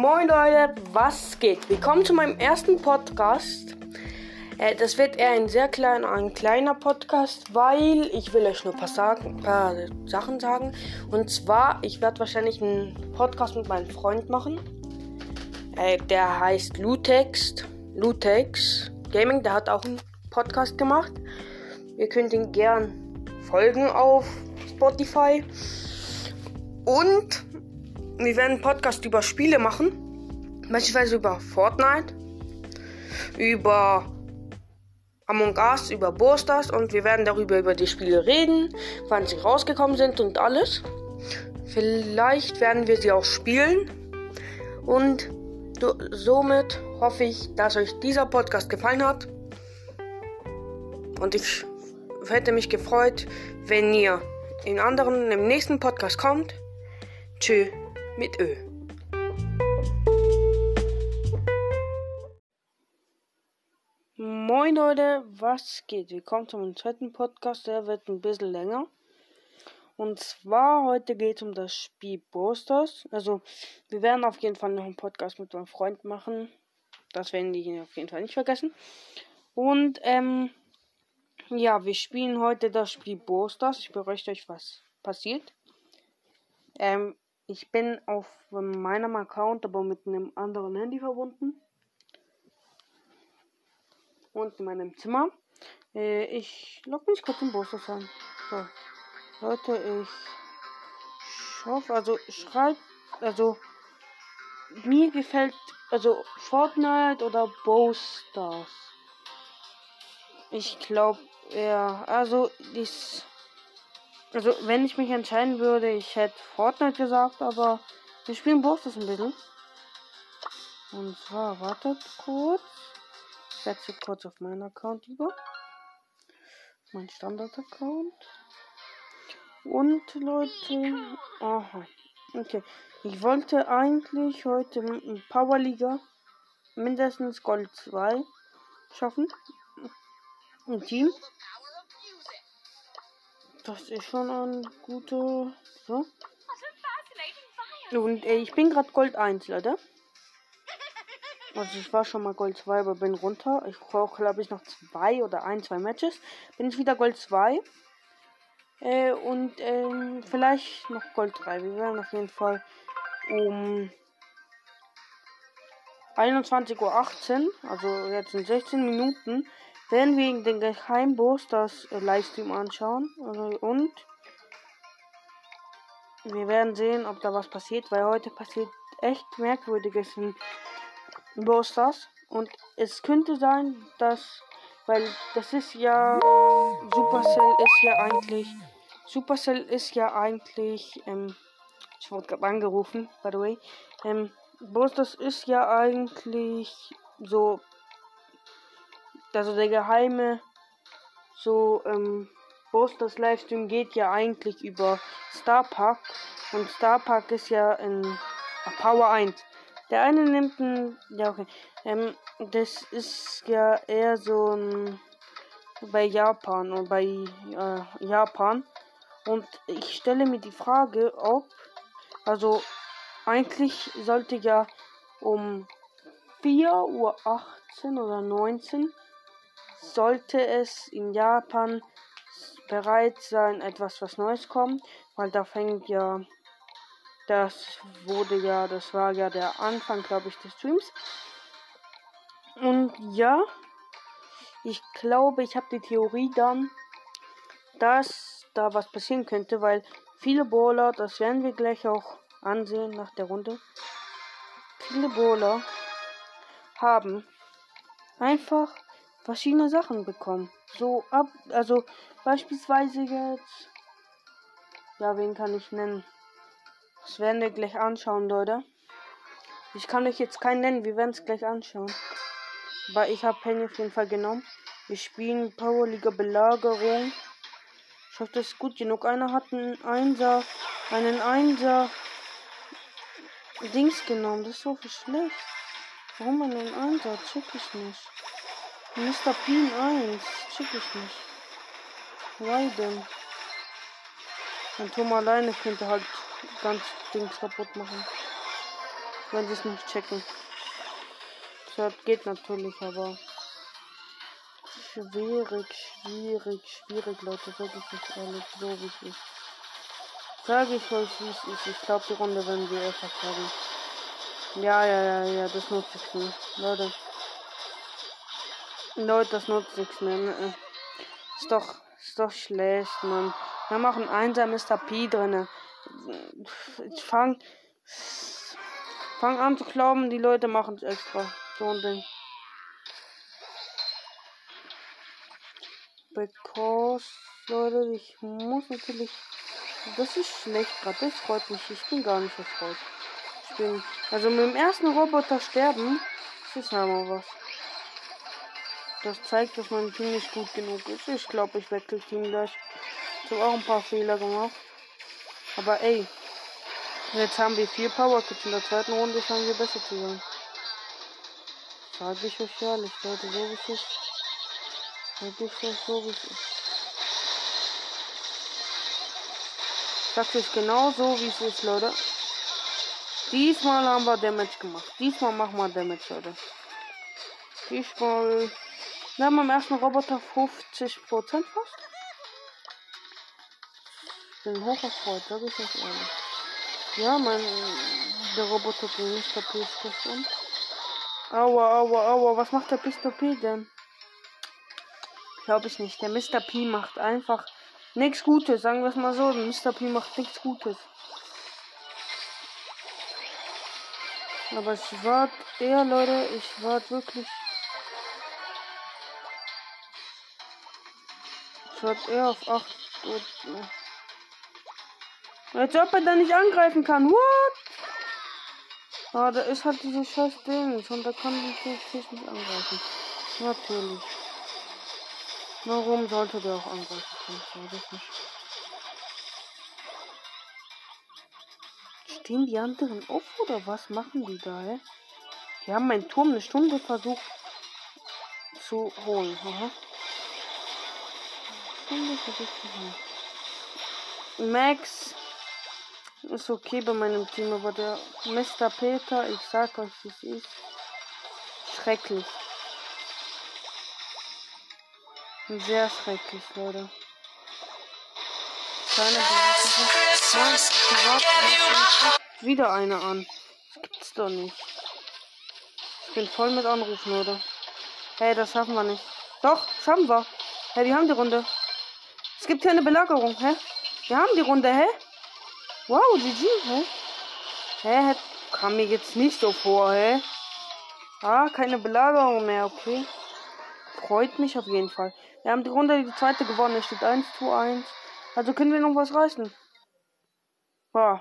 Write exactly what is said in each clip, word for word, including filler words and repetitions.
Moin Leute, was geht? Willkommen zu meinem ersten Podcast. Äh, das wird eher ein sehr kleiner, ein kleiner Podcast, weil ich will euch nur ein paar, sagen, ein paar Sachen sagen. Und zwar, ich werde wahrscheinlich einen Podcast mit meinem Freund machen. Äh, der heißt Lutex, Lutex Gaming, der hat auch einen Podcast gemacht. Ihr könnt ihn gern folgen auf Spotify. Und wir werden einen Podcast über Spiele machen. Beispielsweise über Fortnite, über Among Us, über Brawl Stars. Und wir werden darüber über die Spiele reden, wann sie rausgekommen sind und alles. Vielleicht werden wir sie auch spielen. Und do, somit hoffe ich, dass euch dieser Podcast gefallen hat. Und ich hätte mich gefreut, wenn ihr in anderen, im nächsten Podcast kommt. Tschö mit Ö. Moin Leute, was geht? Willkommen zu meinem zweiten Podcast, der wird ein bisschen länger. Und zwar heute geht es um das Spiel Brawl Stars. Also wir werden auf jeden Fall noch einen Podcast mit meinem Freund machen. Das werden die auf jeden Fall nicht vergessen. Und ähm, ja, wir spielen heute das Spiel Brawl Stars. Ich berichte euch, was passiert. Ähm, ich bin auf meinem Account, aber mit einem anderen Handy verbunden. Und in meinem Zimmer. Äh, ich logge mich kurz in Brawl Stars an. So. Leute, ich hoffe, also schreibt, also mir gefällt, also Fortnite oder Brawl Stars. Ich glaube, ja, also dies, also wenn ich mich entscheiden würde, ich hätte Fortnite gesagt, aber wir spielen Brawl Stars ein bisschen. Und zwar, wartet kurz. Ich wechsle kurz auf meinen Account über. Mein Standard-Account. Und Leute, aha, okay. Ich wollte eigentlich heute in Powerliga mindestens Gold zwei schaffen. Im Team. Das ist schon ein guter. So. Und äh, ich bin gerade Gold eins, Leute. Also ich war schon mal Gold zwei, aber bin runter. Ich brauche, glaube ich, noch zwei oder ein, zwei Matches. Bin ich wieder Gold zwei. Äh, und ähm, vielleicht noch Gold drei. Wir werden auf jeden Fall um einundzwanzig Uhr achtzehn, also jetzt in sechzehn Minuten, werden wir den Geheimboss das äh, Livestream anschauen. Also, und wir werden sehen, ob da was passiert, weil heute passiert echt Merkwürdiges in Brawl Stars. Und es könnte sein, dass, weil das ist ja, Supercell ist ja eigentlich, Supercell ist ja eigentlich, ähm, ich wurde gerade angerufen, by the way, ähm, Brawl Stars ist ja eigentlich so, also der geheime, so, ähm, Brawl Stars Livestream geht ja eigentlich über Star Park. Und Star Park ist ja in Power eins. Der eine nimmt ein, ja okay, ähm, das ist ja eher so ein, bei Japan und bei äh, Japan. Und ich stelle mir die Frage, ob, also eigentlich sollte ja um vier Uhr achtzehn oder neunzehn sollte es in Japan bereit sein, etwas was Neues kommt, weil da fängt ja, das wurde ja, das war ja der Anfang, glaube ich, des Streams. Und ja, ich glaube, ich habe die Theorie dann, dass da was passieren könnte, weil viele Brawler, das werden wir gleich auch ansehen nach der Runde, viele Brawler haben einfach verschiedene Sachen bekommen. So ab, also beispielsweise jetzt, ja, wen kann ich nennen? Das werden wir gleich anschauen, Leute. Ich kann euch jetzt keinen nennen, wir werden es gleich anschauen. Aber ich habe Penny auf jeden Fall genommen. Wir spielen Powerliga Belagerung. Ich hoffe, das ist gut genug. Einer hat einen Einser, einen Einser Dings genommen. Das ist so viel schlecht. Warum einen Einser? Check ich nicht. Mister Pin eins. Check ich nicht. Why denn? Ein Turm alleine könnte halt ganz Dings kaputt machen. wenn sie es nicht checken. Das geht natürlich, aber schwierig, schwierig, schwierig, Leute, sag ich nicht ehrlich, so wie es ist. Sag ich euch, wie es ist. Ich glaube, die Runde werden wir einfach haben. Ja, ja, ja, ja, das nutzt nichts mehr. Leute. Leute, das nutzt nichts mehr. Ist doch, ist doch schlecht, Mann. Wir machen einsam Mister P drinne. Ich fang, fang an zu glauben, die Leute machen es extra. So ein Ding. Because, Leute, ich muss natürlich. Das ist schlecht gerade. Das freut mich. Ich bin gar nicht erfreut. Ich bin. Also mit dem ersten Roboter sterben, das ist aber was. Das zeigt, dass mein Team nicht gut genug ist. Ich glaube, ich wechsle Team gleich. Ich habe auch ein paar Fehler gemacht. Aber ey. Jetzt haben wir vier Power Kids. In der zweiten Runde scheinen wir besser zu sein. Sag ich euch ehrlich, Leute, so wie es ist. Sag ich euch so wie es ist. Sag ich genau so wie es ist, Leute. Diesmal haben wir Damage gemacht. Diesmal machen wir Damage, Leute. Diesmal. Wir haben am ersten Roboter fünfzig Prozent fast. Ich bin hoch erfreut, sag ich euch ehrlich. Ja, mein. Der Roboter, der Mister P spricht um. Aua, aua, aua. Was macht der Mister P denn? Glaube ich nicht. Der Mister P macht einfach nichts Gutes. Sagen wir es mal so. Der Mister P macht nichts Gutes. Aber ich warte eher, Leute. Ich warte wirklich. Ich warte eher auf acht. Als ob er da nicht angreifen kann. What? Ah, da ist halt dieses scheiß Ding. Und da kann die Tisch nicht angreifen. Natürlich. Warum sollte der auch angreifen können? Das nicht. Stehen die anderen auf oder was machen die da, hä? Die haben meinen Turm eine Stunde versucht zu holen. Aha. Stunde versucht zu holen. Max ist okay bei meinem Team, aber der Mister Peter, ich sag euch, es ist schrecklich. Sehr schrecklich, Leute. Keine wieder eine an. Das gibt's doch nicht. Ich bin voll mit Anrufen, Leute. Hey, das schaffen wir nicht. Doch, schaffen wir. Hey, wir haben die Runde. Es gibt keine Belagerung, hä? Wir haben die Runde, hä? Wow, G G, hä? Hä? Kam mir jetzt nicht so vor, hä? Ah, keine Belagerung mehr, okay. Freut mich auf jeden Fall. Wir haben die Runde, die zweite gewonnen. Es steht eins zu eins. Also können wir noch was reißen. Boah.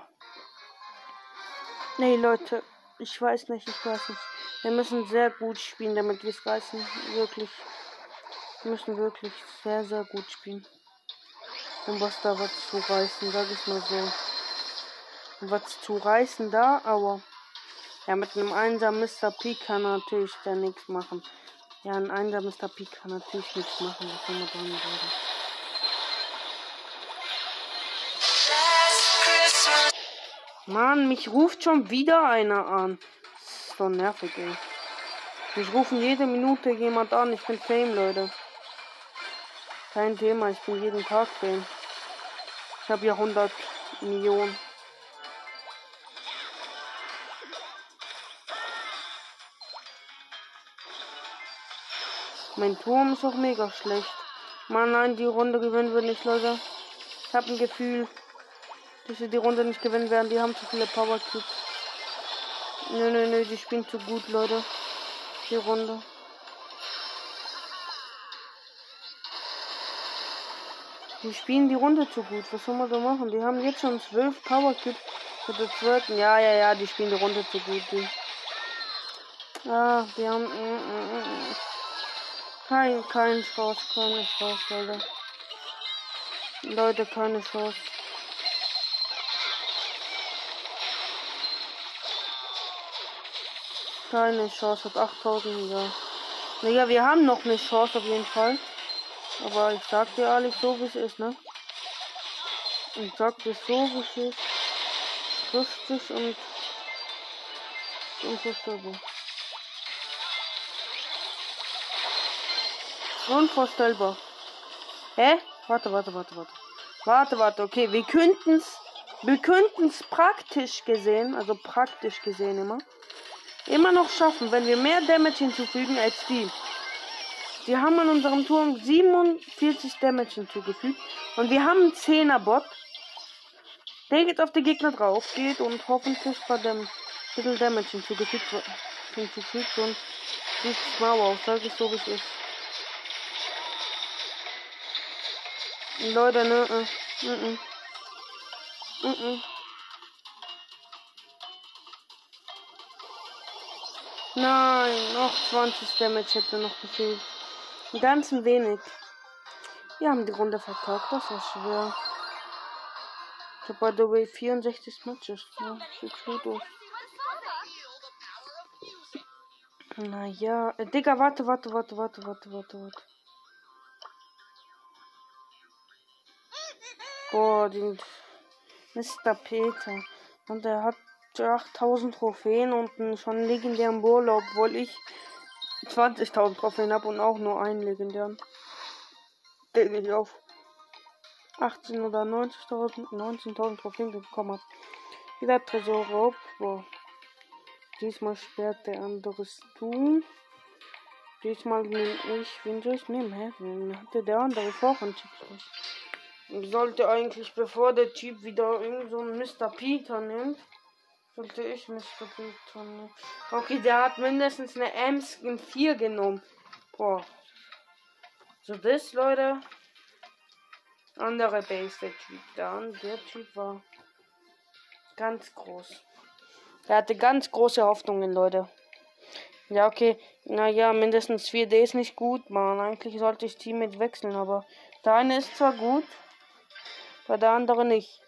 Nee, Leute. Ich weiß nicht, ich weiß nicht. Wir müssen sehr gut spielen, damit wir es reißen. Wirklich. Wir müssen wirklich sehr, sehr gut spielen. Um was da was zu reißen, sag ich mal so. Um was zu reißen da, aber. Ja, mit einem einsamen Mister P kann natürlich da nichts machen. Ja, ein einsamer Mister P kann natürlich nichts machen. Das kann man dran sagen. Mann, mich ruft schon wieder einer an. Das ist so nervig, ey. Mich rufen jede Minute jemand an. Ich bin Fame, Leute. Kein Thema, ich bin jeden Tag Fame. Ich habe ja hundert Millionen. Mein Turm ist auch mega schlecht. Mann, nein, die Runde gewinnen wir nicht, Leute. Ich habe ein Gefühl, dass sie die Runde nicht gewinnen werden. Die haben zu viele Power Cubes. Nö, nö, nö, die spielen zu gut, Leute. Die Runde. Die spielen die Runde zu gut. Was soll man da machen? Die haben jetzt schon zwölf Power Cubes. Für den zweiten. Ja, ja, ja, die spielen die Runde zu gut. Die. Ah, die haben. Mm, mm, mm. Kein, keine Chance, keine Chance, Leute. Leute, keine Chance. Keine Chance, hat achttausend, ja. Naja, wir haben noch eine Chance auf jeden Fall. Aber ich sag dir ehrlich, so wie es ist, ne? Ich sag dir so wie es ist. fünfzig und unvorstellbar. Unvorstellbar. Hä? Warte, warte, warte, warte. Warte, warte, okay. Wir könnten's. Wir könnten's praktisch gesehen, also praktisch gesehen immer, immer noch schaffen, wenn wir mehr Damage hinzufügen als die. Die haben an unserem Turm siebenundvierzig Damage hinzugefügt. Und wir haben einen zehner-Bot. Der geht auf die Gegner drauf, geht und hoffentlich bei dem ein bisschen Damage hinzugefügt, hinzufügt sonst sieht es mau aus, sag ich so wie es ist. Leute, ne, äh, äh, äh, äh. Nein, noch zwanzig Damage hätte noch gefehlt. Ganz ein wenig. Wir haben die Runde verkackt, das war schwer. Ich habe by the way vierundsechzig Matches. Ja, sieht gut aus. Naja, äh, Digga, warte, warte, warte, warte, warte, warte, warte. Boah, den Mister Peter. Und er hat achttausend Trophäen und einen schon legendären Brawler, obwohl ich zwanzigtausend Trophäen habe und auch nur einen legendären. Den ich auf achtzehn oder neunzigtausend, neunzehntausend Trophäen bekommen habe. Wieder Tresorraub. Boah. Diesmal sperrt der anderes du. Diesmal nehme ich. Wen soll ich nehmen? Hä? Wen hatte der andere Vorhand? Sollte eigentlich, bevor der Typ wieder irgend so einen Mister Peter nimmt, sollte ich Mister Peter nehmen. Okay, der hat mindestens eine M-Skin vier genommen. Boah. So, das, Leute. Andere Base, der Typ da. Der Typ war ganz groß. Er hatte ganz große Hoffnungen, Leute. Ja, okay. Naja, mindestens vier D ist nicht gut, Mann. Eigentlich sollte ich Team mit wechseln, aber der eine ist zwar gut, aber der andere nicht.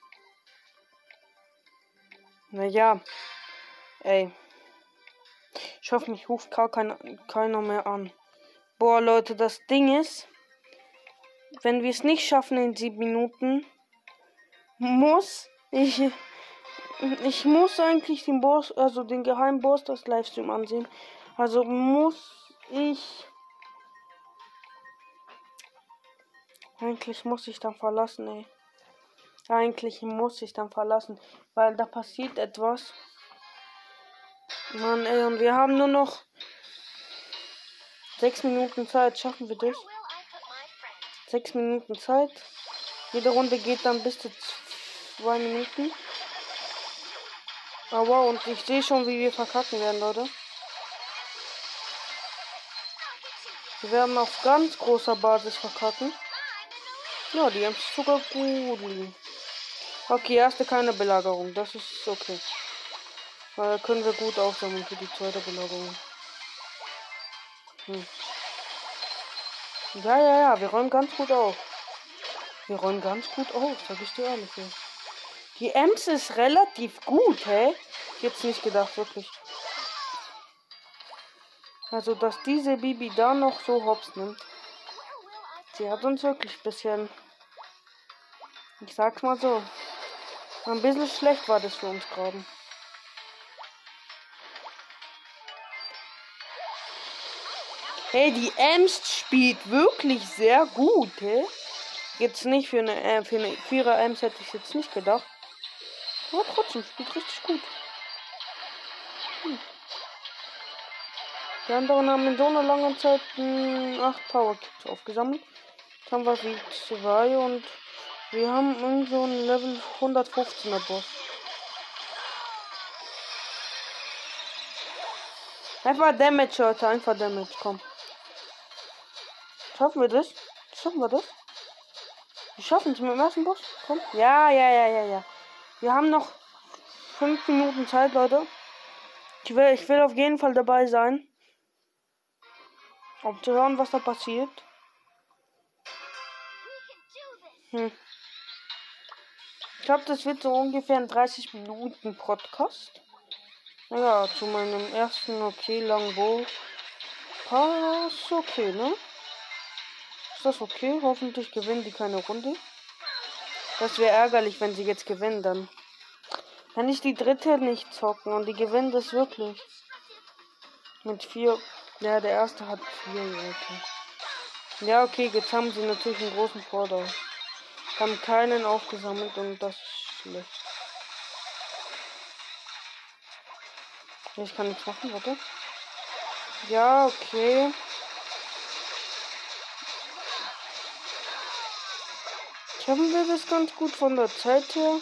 Naja. Ey. Ich hoffe, mich ruft gar kein, keiner mehr an. Boah, Leute, das Ding ist, wenn wir es nicht schaffen in sieben Minuten, muss ich... Ich muss eigentlich den Boss, also den geheimen Boss, das Livestream ansehen. Also muss ich... Eigentlich muss ich dann verlassen, ey. Eigentlich muss ich dann verlassen, weil da passiert etwas. Mann, ey, und wir haben nur noch sechs Minuten Zeit. Schaffen wir das? Sechs Minuten Zeit. Jede Runde geht dann bis zu zwei Minuten. Aber wow, und ich sehe schon, wie wir verkacken werden, Leute. Wir werden auf ganz großer Basis verkacken. Ja, die haben sogar gut liegen. Okay, erste keine Belagerung. Das ist okay. Da können wir gut aufsammeln für die zweite Belagerung. Hm. Ja, ja, ja, wir räumen ganz gut auf. Wir räumen ganz gut auf, sag ich dir ehrlich. Ja. Die Ems ist relativ gut, hä? Jetzt nicht gedacht, wirklich. Also, dass diese Bibi da noch so hops nimmt. Sie hat uns wirklich ein bisschen... Ich sag's mal so. Ein bisschen schlecht war das für uns gerade. Hey, die Ems spielt wirklich sehr gut, hä? Jetzt nicht für eine, äh, für eine Vierer Ems hätte ich jetzt nicht gedacht. Aber trotzdem spielt richtig gut. Hm. Die anderen haben in so einer langen Zeit acht Power Kits aufgesammelt. Jetzt haben wir wie zwei und wir haben irgend so einen Level hundertfünfzehner Boss. Einfach Damage, Leute, einfach Damage, komm. Schaffen wir das? Schaffen wir das? Wir schaffen es mit dem ersten Boss. Komm. Ja, ja, ja, ja, ja. Wir haben noch fünf Minuten Zeit, Leute. Ich will, ich will auf jeden Fall dabei sein. Um zu hören, was da passiert. Hm. Ich glaube, das wird so ungefähr ein dreißig Minuten Podcast. Naja, zu meinem ersten okay langen Bo. Pass okay, ne? Ist das okay? Hoffentlich gewinnen die keine Runde. Das wäre ärgerlich, wenn sie jetzt gewinnen, dann Kann ich die dritte nicht zocken und die gewinnt es wirklich. Mit vier. Ja, der erste hat vier Leute. Ja, okay, jetzt haben sie natürlich einen großen Vorteil. Haben keinen aufgesammelt und das ist schlecht. Ich kann nichts machen, warte. Ja, okay. Schaffen wir das ganz gut von der Zeit her?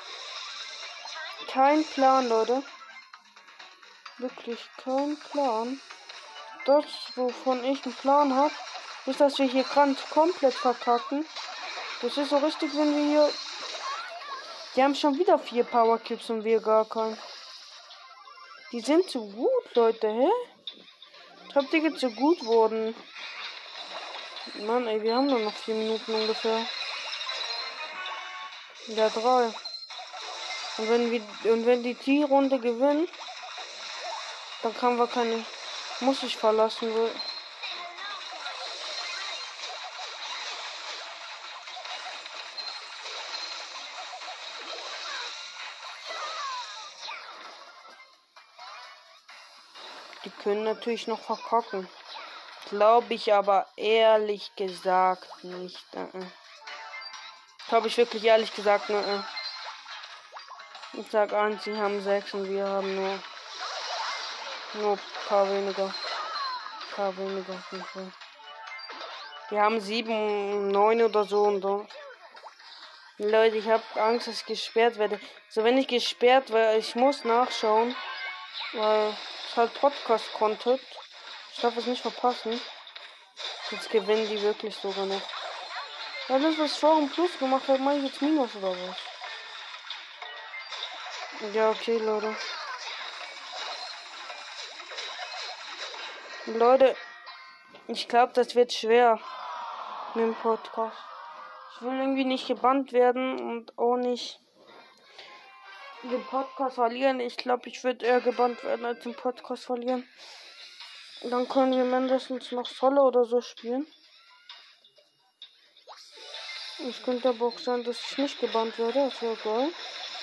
Kein Plan, Leute. Wirklich kein Plan. Das, wovon ich einen Plan habe, ist, dass wir hier ganz komplett verkacken. Das ist so richtig, wenn wir hier... Die haben schon wieder vier Powerclips und wir gar keinen. Die sind so gut, Leute, hä? Ich hab die jetzt so gut wurden. Mann, ey, wir haben nur noch vier Minuten ungefähr. Ja, drei. Und wenn wir und wenn die T-Runde gewinnen, dann kann wir keine. Muss ich verlassen, will. Die können natürlich noch verkacken. Glaube ich aber ehrlich gesagt nicht. Uh-uh. Glaube ich wirklich ehrlich gesagt nur. Uh-uh. Ich sag eins, sie haben sechs und wir haben nur. Nur ein paar weniger. Ein paar weniger. Die haben sieben, neun oder so und so. Leute, ich habe Angst, dass ich gesperrt werde. So, wenn ich gesperrt werde, ich muss nachschauen. Weil es halt Podcast-Content. Ich darf es nicht verpassen. Jetzt gewinnen die wirklich sogar noch. Ja, das, was Forum Plus gemacht hat, mache ich jetzt Minus oder was? Ja, okay, Leute. Leute, ich glaube, das wird schwer mit dem Podcast. Ich will irgendwie nicht gebannt werden und auch nicht den Podcast verlieren. Ich glaube, ich würde eher gebannt werden als den Podcast verlieren. Dann können wir mindestens noch Solo oder so spielen. Es könnte aber auch sein, dass ich nicht gebannt werde. Das wäre geil.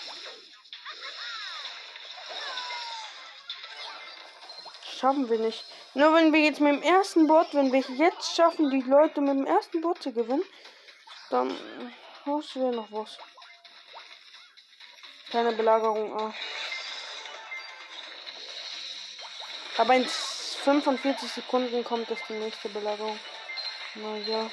Schaffen wir nicht. Nur wenn wir jetzt mit dem ersten Bot, wenn wir jetzt schaffen, die Leute mit dem ersten Bot zu gewinnen, dann was wäre noch was. Keine Belagerung. Ah. Aber in fünfundvierzig Sekunden kommt es die nächste Belagerung. Na ja.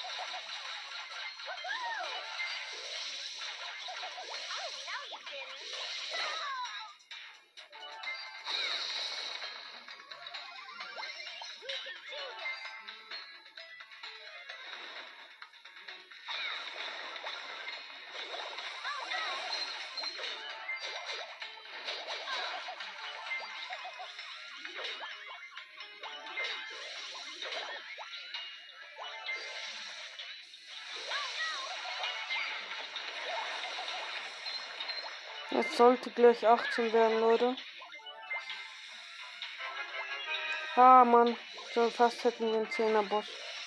Es sollte gleich achtzehn werden, Leute. Ah, Mann. So fast hätten wir einen zehner Boss.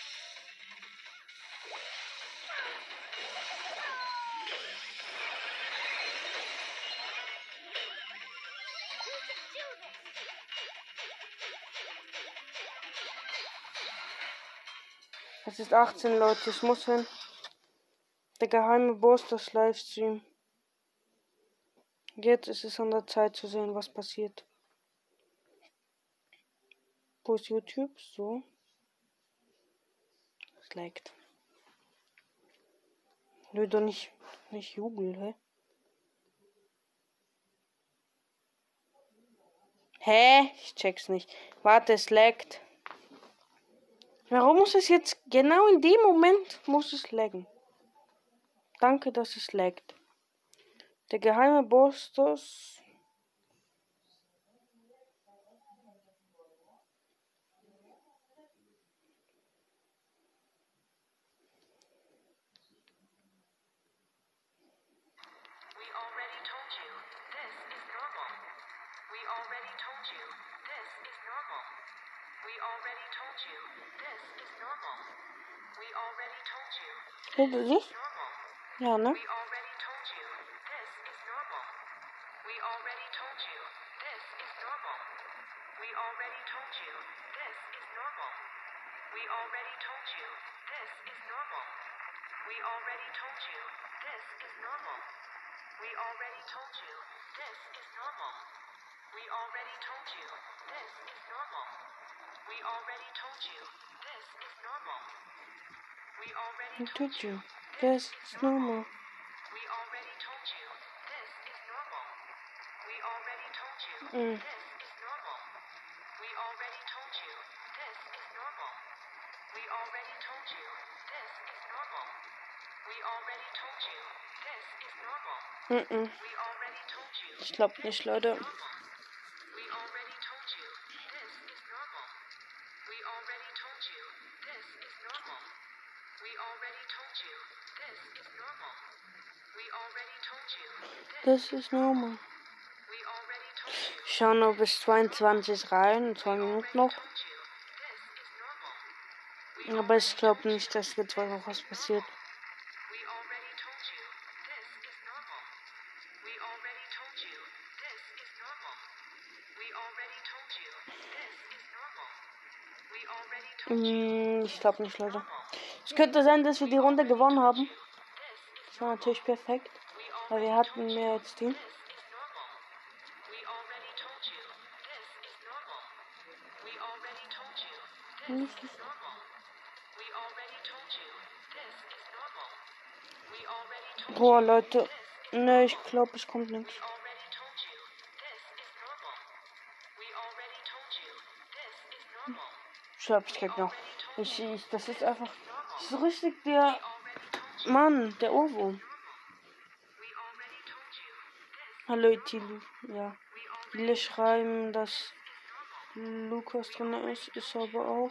Es ist achtzehn, Leute. Ich muss hin. Der geheime Boss, das Livestream. Jetzt ist es an der Zeit zu sehen, was passiert. Wo ist YouTube? So. Es laggt. Nö, doch nicht, nicht jubeln, hä? Hä? Ich check's nicht. Warte, es laggt. Warum muss es jetzt genau in dem Moment muss es laggen? Danke, dass es laggt. Der geheime Boss, das... Hört ihr sich? Ja, ne? already told you this is normal. We already told you this is normal. We already told you this is normal. We already told you this is normal. We already told you this is normal. We already told you this is normal. We already I told told you you. This is normal. we already told you this is normal. We already told you Mm. this is normal. We already told you this is normal. We already told you this is normal. We already told you this is normal. Mm-mm. We already told you Ich glaube nicht, Leute. normal. We already told you this is normal. We already told you this is normal. We already told you this is normal. We already told you Das ist normal. we already told you Ich schaue noch bis zweiundzwanzig rein. Zwei Minuten noch. told you this is normal. Aber ich glaube nicht, dass jetzt noch was passiert. We already told you this is normal. We already told you this is normal. We already told you this is normal. We already told you Mm, ich glaube nicht, Leute. Es könnte sein, dass wir die Runde gewonnen haben. Das war natürlich perfekt. Weil wir hatten mehr als Team. this is normal. We already told you this is normal. We already told you this is normal. We already told you this is normal. We already told Boah, Leute. Ne, ich glaube, es kommt nichts. already told you this is normal. We already told you this is normal. Ich glaube, ich krieg noch. Ich, ich, das ist einfach so richtig der Mann, der Ohrwurm. We already told you this. Hallo, Itilu. Ja. Viele schreiben, dass Lukas drin ist. Ist aber auch.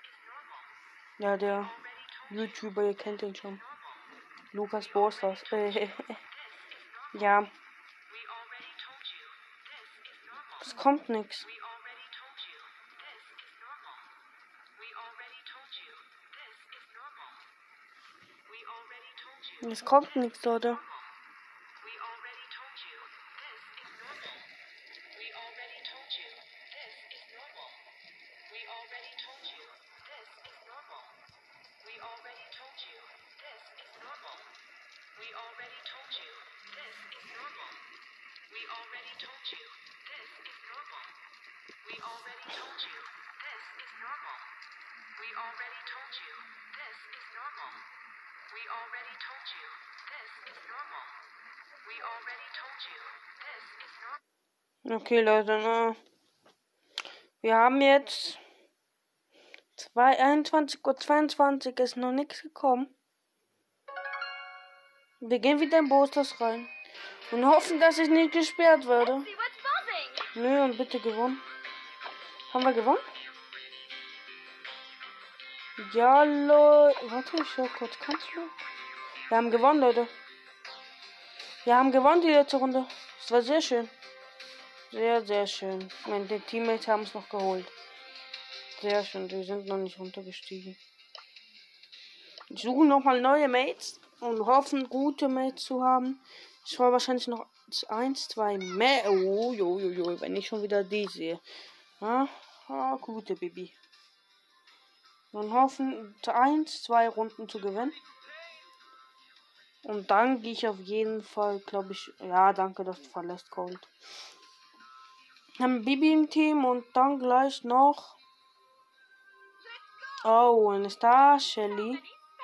Ja, der YouTuber, ihr kennt ihn schon. Lukas Bosters. Äh, ja. We already told you this is normal. Es kommt nichts. We already told you this is normal. We already told you this is normal. We already told you Es kommt nichts, Leute. we already told you this is normal. We already told you this is normal. We already told you this is normal. We already told you this is normal. We already told you this is normal. We already told you this is normal. We already told you this is normal. We already told you this is normal. We already told you this is normal. We already told you this is normal. Okay, Leute, na. Wir haben jetzt einundzwanzig Uhr zweiundzwanzig, ist noch nichts gekommen. Wir gehen wieder in Bosters rein und hoffen, dass ich nicht gesperrt werde. See what's buzzing. Nö, und bitte gewonnen. Haben wir gewonnen? Ja, Leute. Warte, ich schau kurz. Kannst du? Wir haben gewonnen, Leute. Wir haben gewonnen die letzte Runde. Das war sehr schön. Sehr, sehr schön. Meine Teammates haben es noch geholt. Sehr schön. Die sind noch nicht runtergestiegen. Ich suche nochmal neue Mates und hoffen, gute Mates zu haben. Ich war wahrscheinlich noch eins, zwei mehr. Oh, jo, jo, jo, wenn ich schon wieder die sehe. Ja, ah, gute Baby. Und hoffen, eins, zwei Runden zu gewinnen. Und dann gehe ich auf jeden Fall, glaube ich, ja, danke, dass du verlässt, Cold. Wir haben Bibi im Team und dann gleich noch. Oh, eine Star Shelly.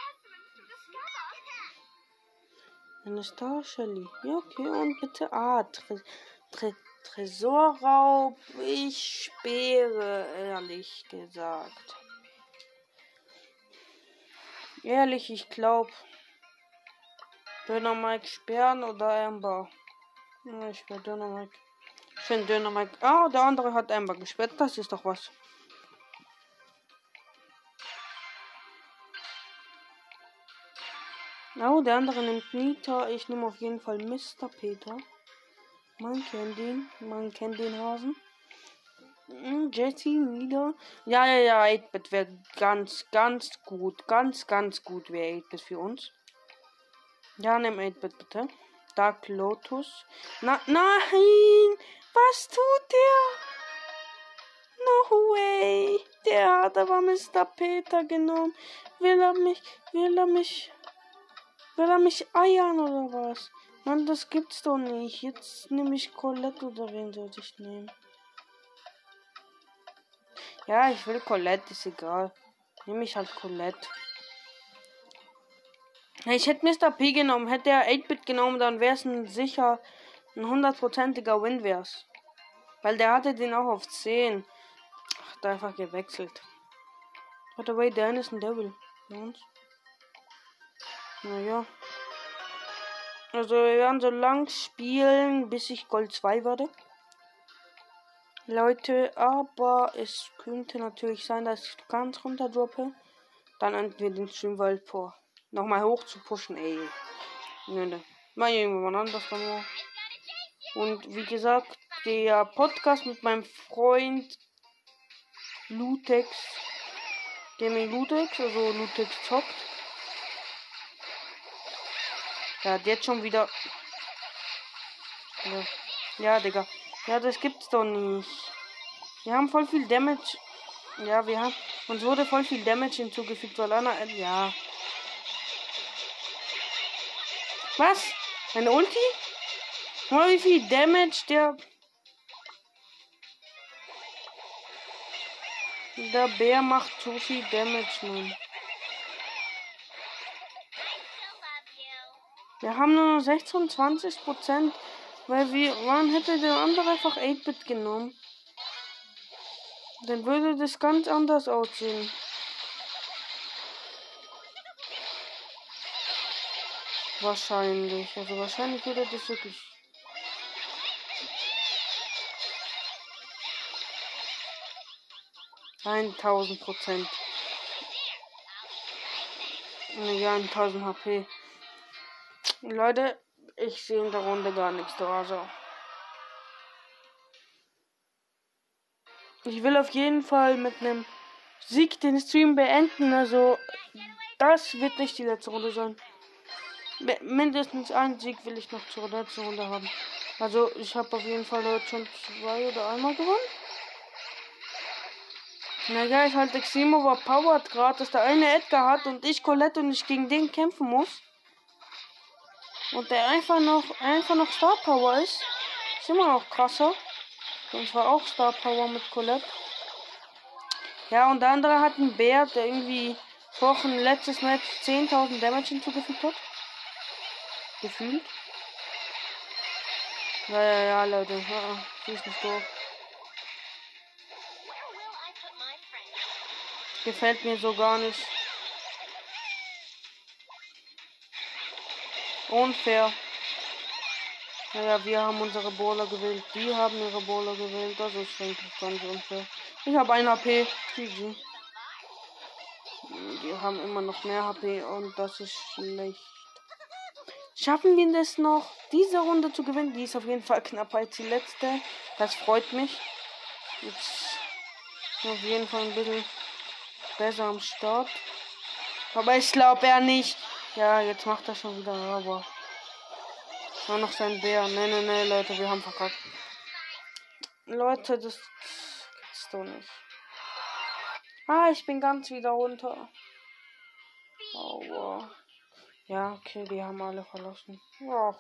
Eine Star Shelly. Ja, okay, und bitte. Ah, Tre Tre Tresorraub. Ich sperre, ehrlich gesagt. Ehrlich, ich glaube. Döner Mike sperren oder Amber? Ja, ich sperre Döner Mike. Ich finde Döner Mike. Ah, der andere hat Amber gesperrt. Das ist doch was. Oh, der andere nimmt Nita. Ich nehme auf jeden Fall Mister Peter. Man kennt ihn. Man kennt den Hasen. Hm, Jessie wieder. Ja, ja, ja. acht-Bit wäre ganz, ganz gut. Ganz, ganz gut wäre acht-Bit für uns. Ja, nimm acht-Bit bitte. Dark Lotus. Na, nein! Was tut der? No way. Der hat aber Mister Peter genommen. Will er mich, will er mich, will er mich eiern oder was? Mann, das gibt's doch nicht. Jetzt nehme ich Colette oder wen sollte ich nehmen? Ja, ich will Colette, ist egal. Nehme ich halt Colette. Ich hätte Mister P genommen. Hätte er acht-Bit genommen, dann wäre es ein sicher ein hundertprozentiger Win wär's. Weil der hatte den auch auf zehn. Ach, da einfach gewechselt. By the way, Dan ist ein Devil. Bei uns. Naja. Also wir werden so lang spielen, bis ich Gold zwei werde. Leute, aber es könnte natürlich sein, dass ich ganz runter droppe. Dann enden wir den Stream, weil vor nochmal hoch zu pushen, ey. Ne, ne. Mal irgendwann anders dann mal. Und wie gesagt, der Podcast mit meinem Freund Lutex, Gaming Lutex, also Lutex zockt. Der hat jetzt schon wieder. Ja, ja, Digga. Ja, das gibt's doch nicht. Wir haben voll viel Damage. Ja, wir haben. Uns wurde voll viel Damage hinzugefügt, weil einer. Äh, ja. Was? Meine Ulti? Mal wie viel Damage der. Der Bär macht zu viel Damage, Mann. Wir haben nur noch sechsundzwanzig Prozent, weil wir. Wann hätte der andere einfach acht-Bit genommen? Dann würde das ganz anders aussehen. Wahrscheinlich. Also wahrscheinlich würde das wirklich. tausend Prozent. Ja, tausend H P. Leute, ich sehe in der Runde gar nichts da. Also. Ich will auf jeden Fall mit einem Sieg den Stream beenden. Also, das wird nicht die letzte Runde sein. Mindestens einen Sieg will ich noch zur letzten Runde haben. Also, ich habe auf jeden Fall heute schon zwei oder einmal gewonnen. Naja, ich halt extrem overpowered gerade, dass der eine Edgar hat und ich Colette und ich gegen den kämpfen muss. Und der einfach noch, einfach noch Star Power ist. Ist immer noch krasser. Und war auch Star Power mit Colette. Ja, und der andere hat einen Bär, der irgendwie Wochen letztes Match zehntausend Damage hinzugefügt hat. Gefühlt. Ja, ja, ja, Leute. Ja, sie ist nicht doof. Gefällt mir so gar nicht. Unfair. Naja, wir haben unsere Bowler gewählt. Die haben ihre Bowler gewählt. Das ist eigentlich ganz unfair. Ich habe ein H P. G G. Wir haben immer noch mehr H P und das ist schlecht. Schaffen wir das noch, diese Runde zu gewinnen? Die ist auf jeden Fall knapper als die letzte. Das freut mich. Jetzt auf jeden Fall ein bisschen besser am Start. Aber ich glaube er nicht. Ja, jetzt macht er schon wieder, aber. War noch sein Bär. Ne, ne, ne, Leute, wir haben verkackt. Leute, das gibt's doch nicht. Ah, ich bin ganz wieder runter. Aua. Ja, okay, die haben alle verlassen. Ja.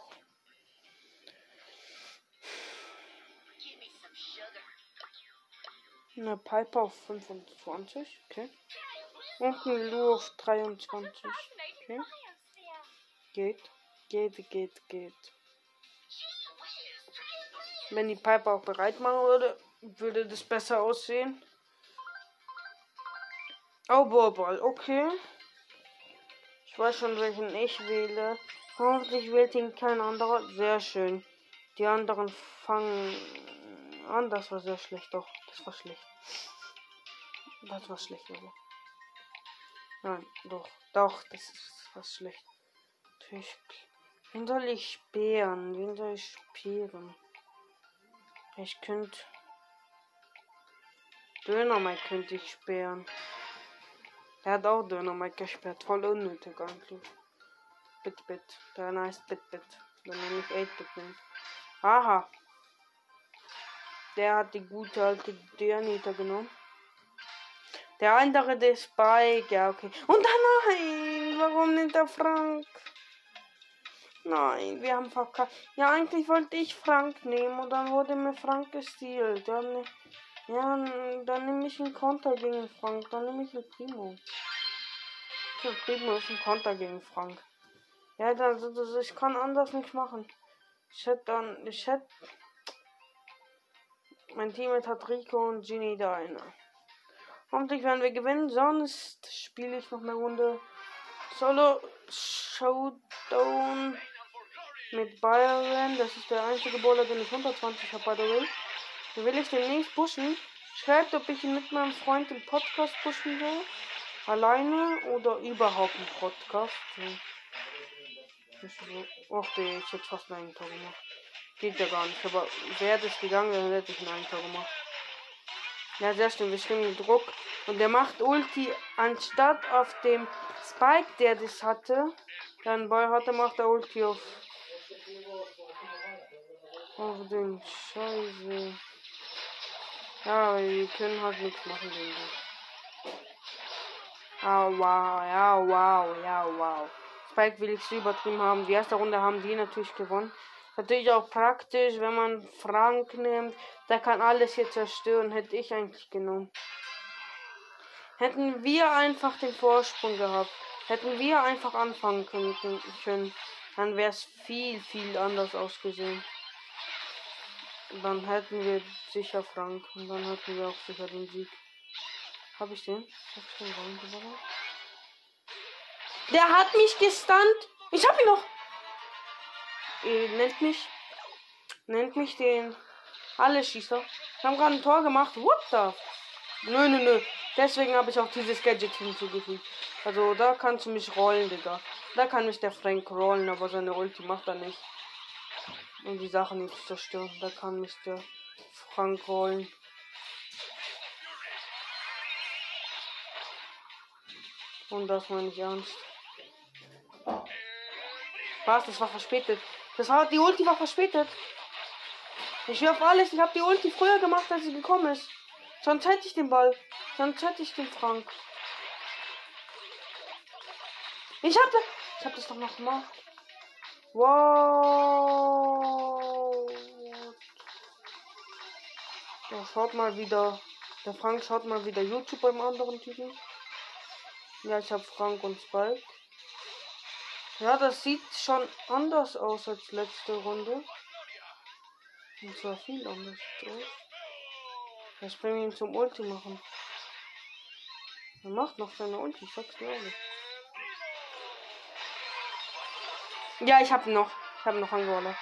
Eine Piper auf fünfundzwanzig, okay. Und ein Lu auf dreiundzwanzig. Okay. Geht. Geht, geht, geht. Wenn die Piper auch bereit machen würde, würde das besser aussehen. Oh, Ballball, okay. Ich weiß schon, welchen ich wähle. Hoffentlich wählt ihn kein anderer. Sehr schön. Die anderen fangen an. Das war sehr schlecht, doch. Das war schlecht. Das war schlecht, aber. Nein, doch. Doch, das ist was schlecht. Natürlich. Wen soll ich sperren? Wen soll ich spielen? Ich könnte. Dönermike könnte ich sperren. Der hat auch Dönermike gesperrt. Voll unnötig eigentlich. Bit, bit. Der nice Bit, bit. Wenn er nicht acht-Bit nimmt. Aha. Der hat die gute alte Dianita genommen. Der andere, der Spike. Ja, okay. Und dann nein. Warum nimmt er Frank? Nein, wir haben verkackt. Ja, eigentlich wollte ich Frank nehmen und dann wurde mir Frank gestealt. Dann, ja, dann nehme ich einen Konter gegen Frank. Dann nehme ich einen Primo. Der Primo ist ein Konter gegen Frank. Ja, dann, also, ich kann anders nicht machen. Ich hätte dann, ich hätte, mein Teammate hat Rico und Ginny da eine. Hoffentlich werden wir gewinnen, sonst spiele ich noch eine Runde Solo Showdown mit Byron. Das ist der einzige Bowler, den ich hundertzwanzig habe, by the way. Da will ich demnächst pushen. Schreibt, ob ich ihn mit meinem Freund im Podcast pushen will. Alleine oder überhaupt im Podcast. So. Och, der ist jetzt fast ein Eigentor gemacht. Geht ja gar nicht, aber wäre das gegangen, dann hätte ich ein Eigentor gemacht. Ja, sehr schön, wir stehen im Druck. Und der macht Ulti anstatt auf dem Spike, der das hatte. Dann Ball hatte, macht er Ulti auf. Auf den Scheiße. Ja, wir können halt nichts machen gegen die. Ah, wow, ja, wow, ja, wow. Spike will ich so übertrieben haben. Die erste Runde haben die natürlich gewonnen. Natürlich auch praktisch, wenn man Frank nimmt. Der kann alles hier zerstören. Hätte ich eigentlich genommen. Hätten wir einfach den Vorsprung gehabt. Hätten wir einfach anfangen können. Dann wäre es viel, viel anders ausgesehen. Dann hätten wir sicher Frank. Und dann hätten wir auch sicher den Sieg. Habe ich den? Hab ich den reingebracht? Der hat mich gestunt. Ich hab ihn noch. Ihr nennt mich. Nennt mich den alle Schießer. Ich habe gerade ein Tor gemacht. What the? Nö, nö, nö. Deswegen habe ich auch dieses Gadget hinzugefügt. Also da kannst du mich rollen, Digga. Da kann mich der Frank rollen, aber seine Ulti macht er nicht. Um die Sachen nicht zu zerstören. Da kann mich der Frank rollen. Und das meine ich ernst. Was? Das war verspätet. Das war, die Ulti war verspätet. Ich werf alles. Ich habe die Ulti früher gemacht, als sie gekommen ist. Sonst hätte ich den Ball. Sonst hätte ich den Frank. Ich hab das. Ich hab das doch noch gemacht. Wow. Ja, schaut mal wieder. Der Frank schaut mal wieder YouTube beim anderen Typen. Ja, ich habe Frank und Spike. Ja, das sieht schon anders aus als letzte Runde. Und zwar viel anders. Jetzt bringen wir ihn zum Ulti machen. Er macht noch seine Ulti, ich sag's dir ehrlich. Ja, ich hab ihn noch. Ich hab ihn noch angeordnet.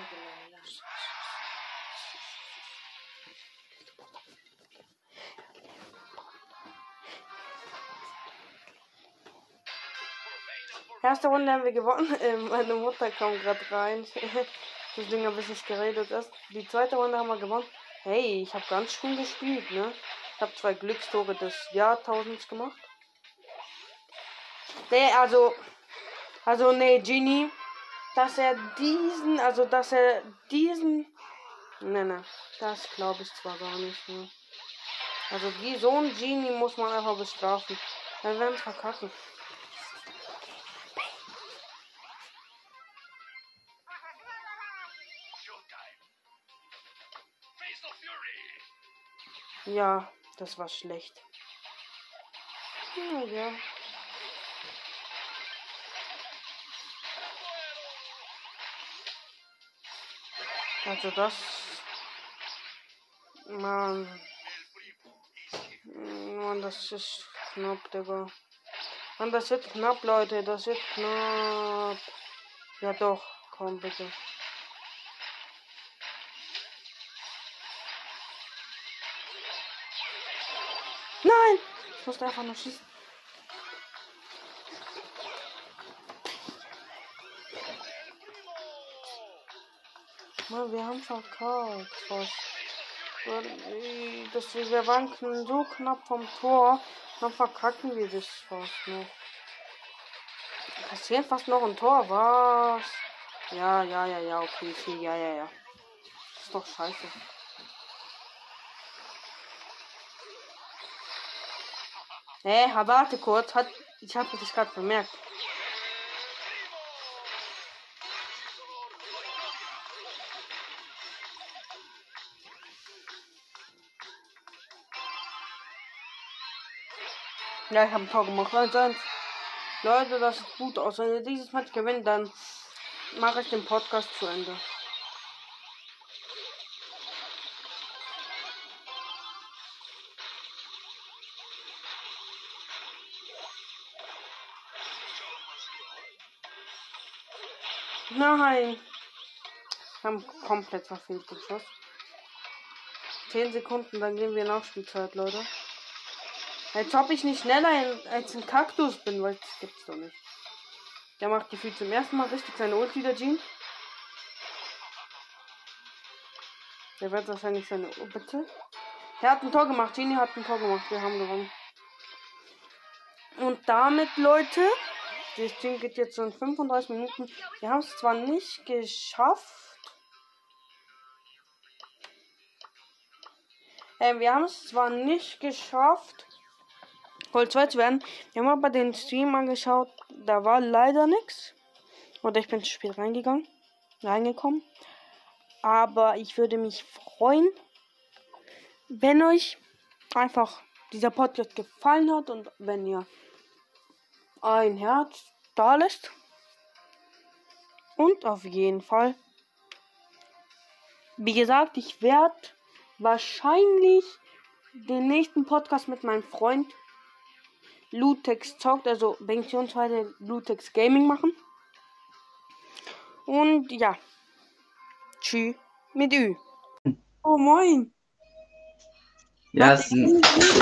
Erste Runde haben wir gewonnen. Ähm, meine Mutter kam gerade rein. Deswegen habe ich nicht geredet. Erst die zweite Runde haben wir gewonnen. Hey, ich habe ganz schön gespielt, ne? Ich habe zwei Glückstore des Jahrtausends gemacht. Der, also, also, nee, Genie, dass er diesen, also, dass er diesen, ne, ne, das glaube ich zwar gar nicht, ne? Also, die, so ein Genie muss man einfach bestrafen. Wir werden es verkacken. Ja, das war schlecht. Ja, ja. Also das... Mann. Mann, das ist knapp, Digga. Mann, das wird knapp, Leute. Das wird knapp. Ja doch, komm bitte. Nein! Ich musste einfach nur schießen. Mann, wir haben verkackt. Was? Das, wir waren so knapp vom Tor. Dann verkacken wir das fast noch. Passiert fast noch ein Tor. Was? Ja, ja, ja, ja, okay, okay, ja, ja, ja. Das ist doch scheiße. Hä, hey, warte kurz. Hat, ich habe dich gerade bemerkt. Ja, ich habe ein Tor gemacht. eins eins. Leute, das sieht gut aus. Wenn wir dieses Match gewinnen, dann mache ich den Podcast zu Ende. Nein. Wir haben komplett verfehlt den Schuss. zehn Sekunden, dann gehen wir in Nachspielzeit, Leute. Als ob ich nicht schneller als ein Kaktus bin, weil das gibt's doch nicht. Der macht gefühlt zum ersten Mal richtig seine Ulti, der Jean. Der wird wahrscheinlich seine... Oh, bitte? Der hat ein Tor gemacht. Genie hat ein Tor gemacht. Wir haben gewonnen. Und damit, Leute, das Ding geht jetzt so in fünfunddreißig Minuten. Wir haben es zwar nicht geschafft. Äh, wir haben es zwar nicht geschafft, Gold zwei zu werden. Wir haben aber den Stream angeschaut. Da war leider nichts. Und ich bin zu spät reingegangen. Reingekommen. Aber ich würde mich freuen, wenn euch einfach dieser Podcast gefallen hat und wenn ihr ein Herz da lässt. Und auf jeden Fall, wie gesagt, ich werde wahrscheinlich den nächsten Podcast mit meinem Freund Lutex zockt, also beziehungsweise Lutex Gaming machen. Und ja, tschüss mit Ü. Oh moin. Ja, es ist ein...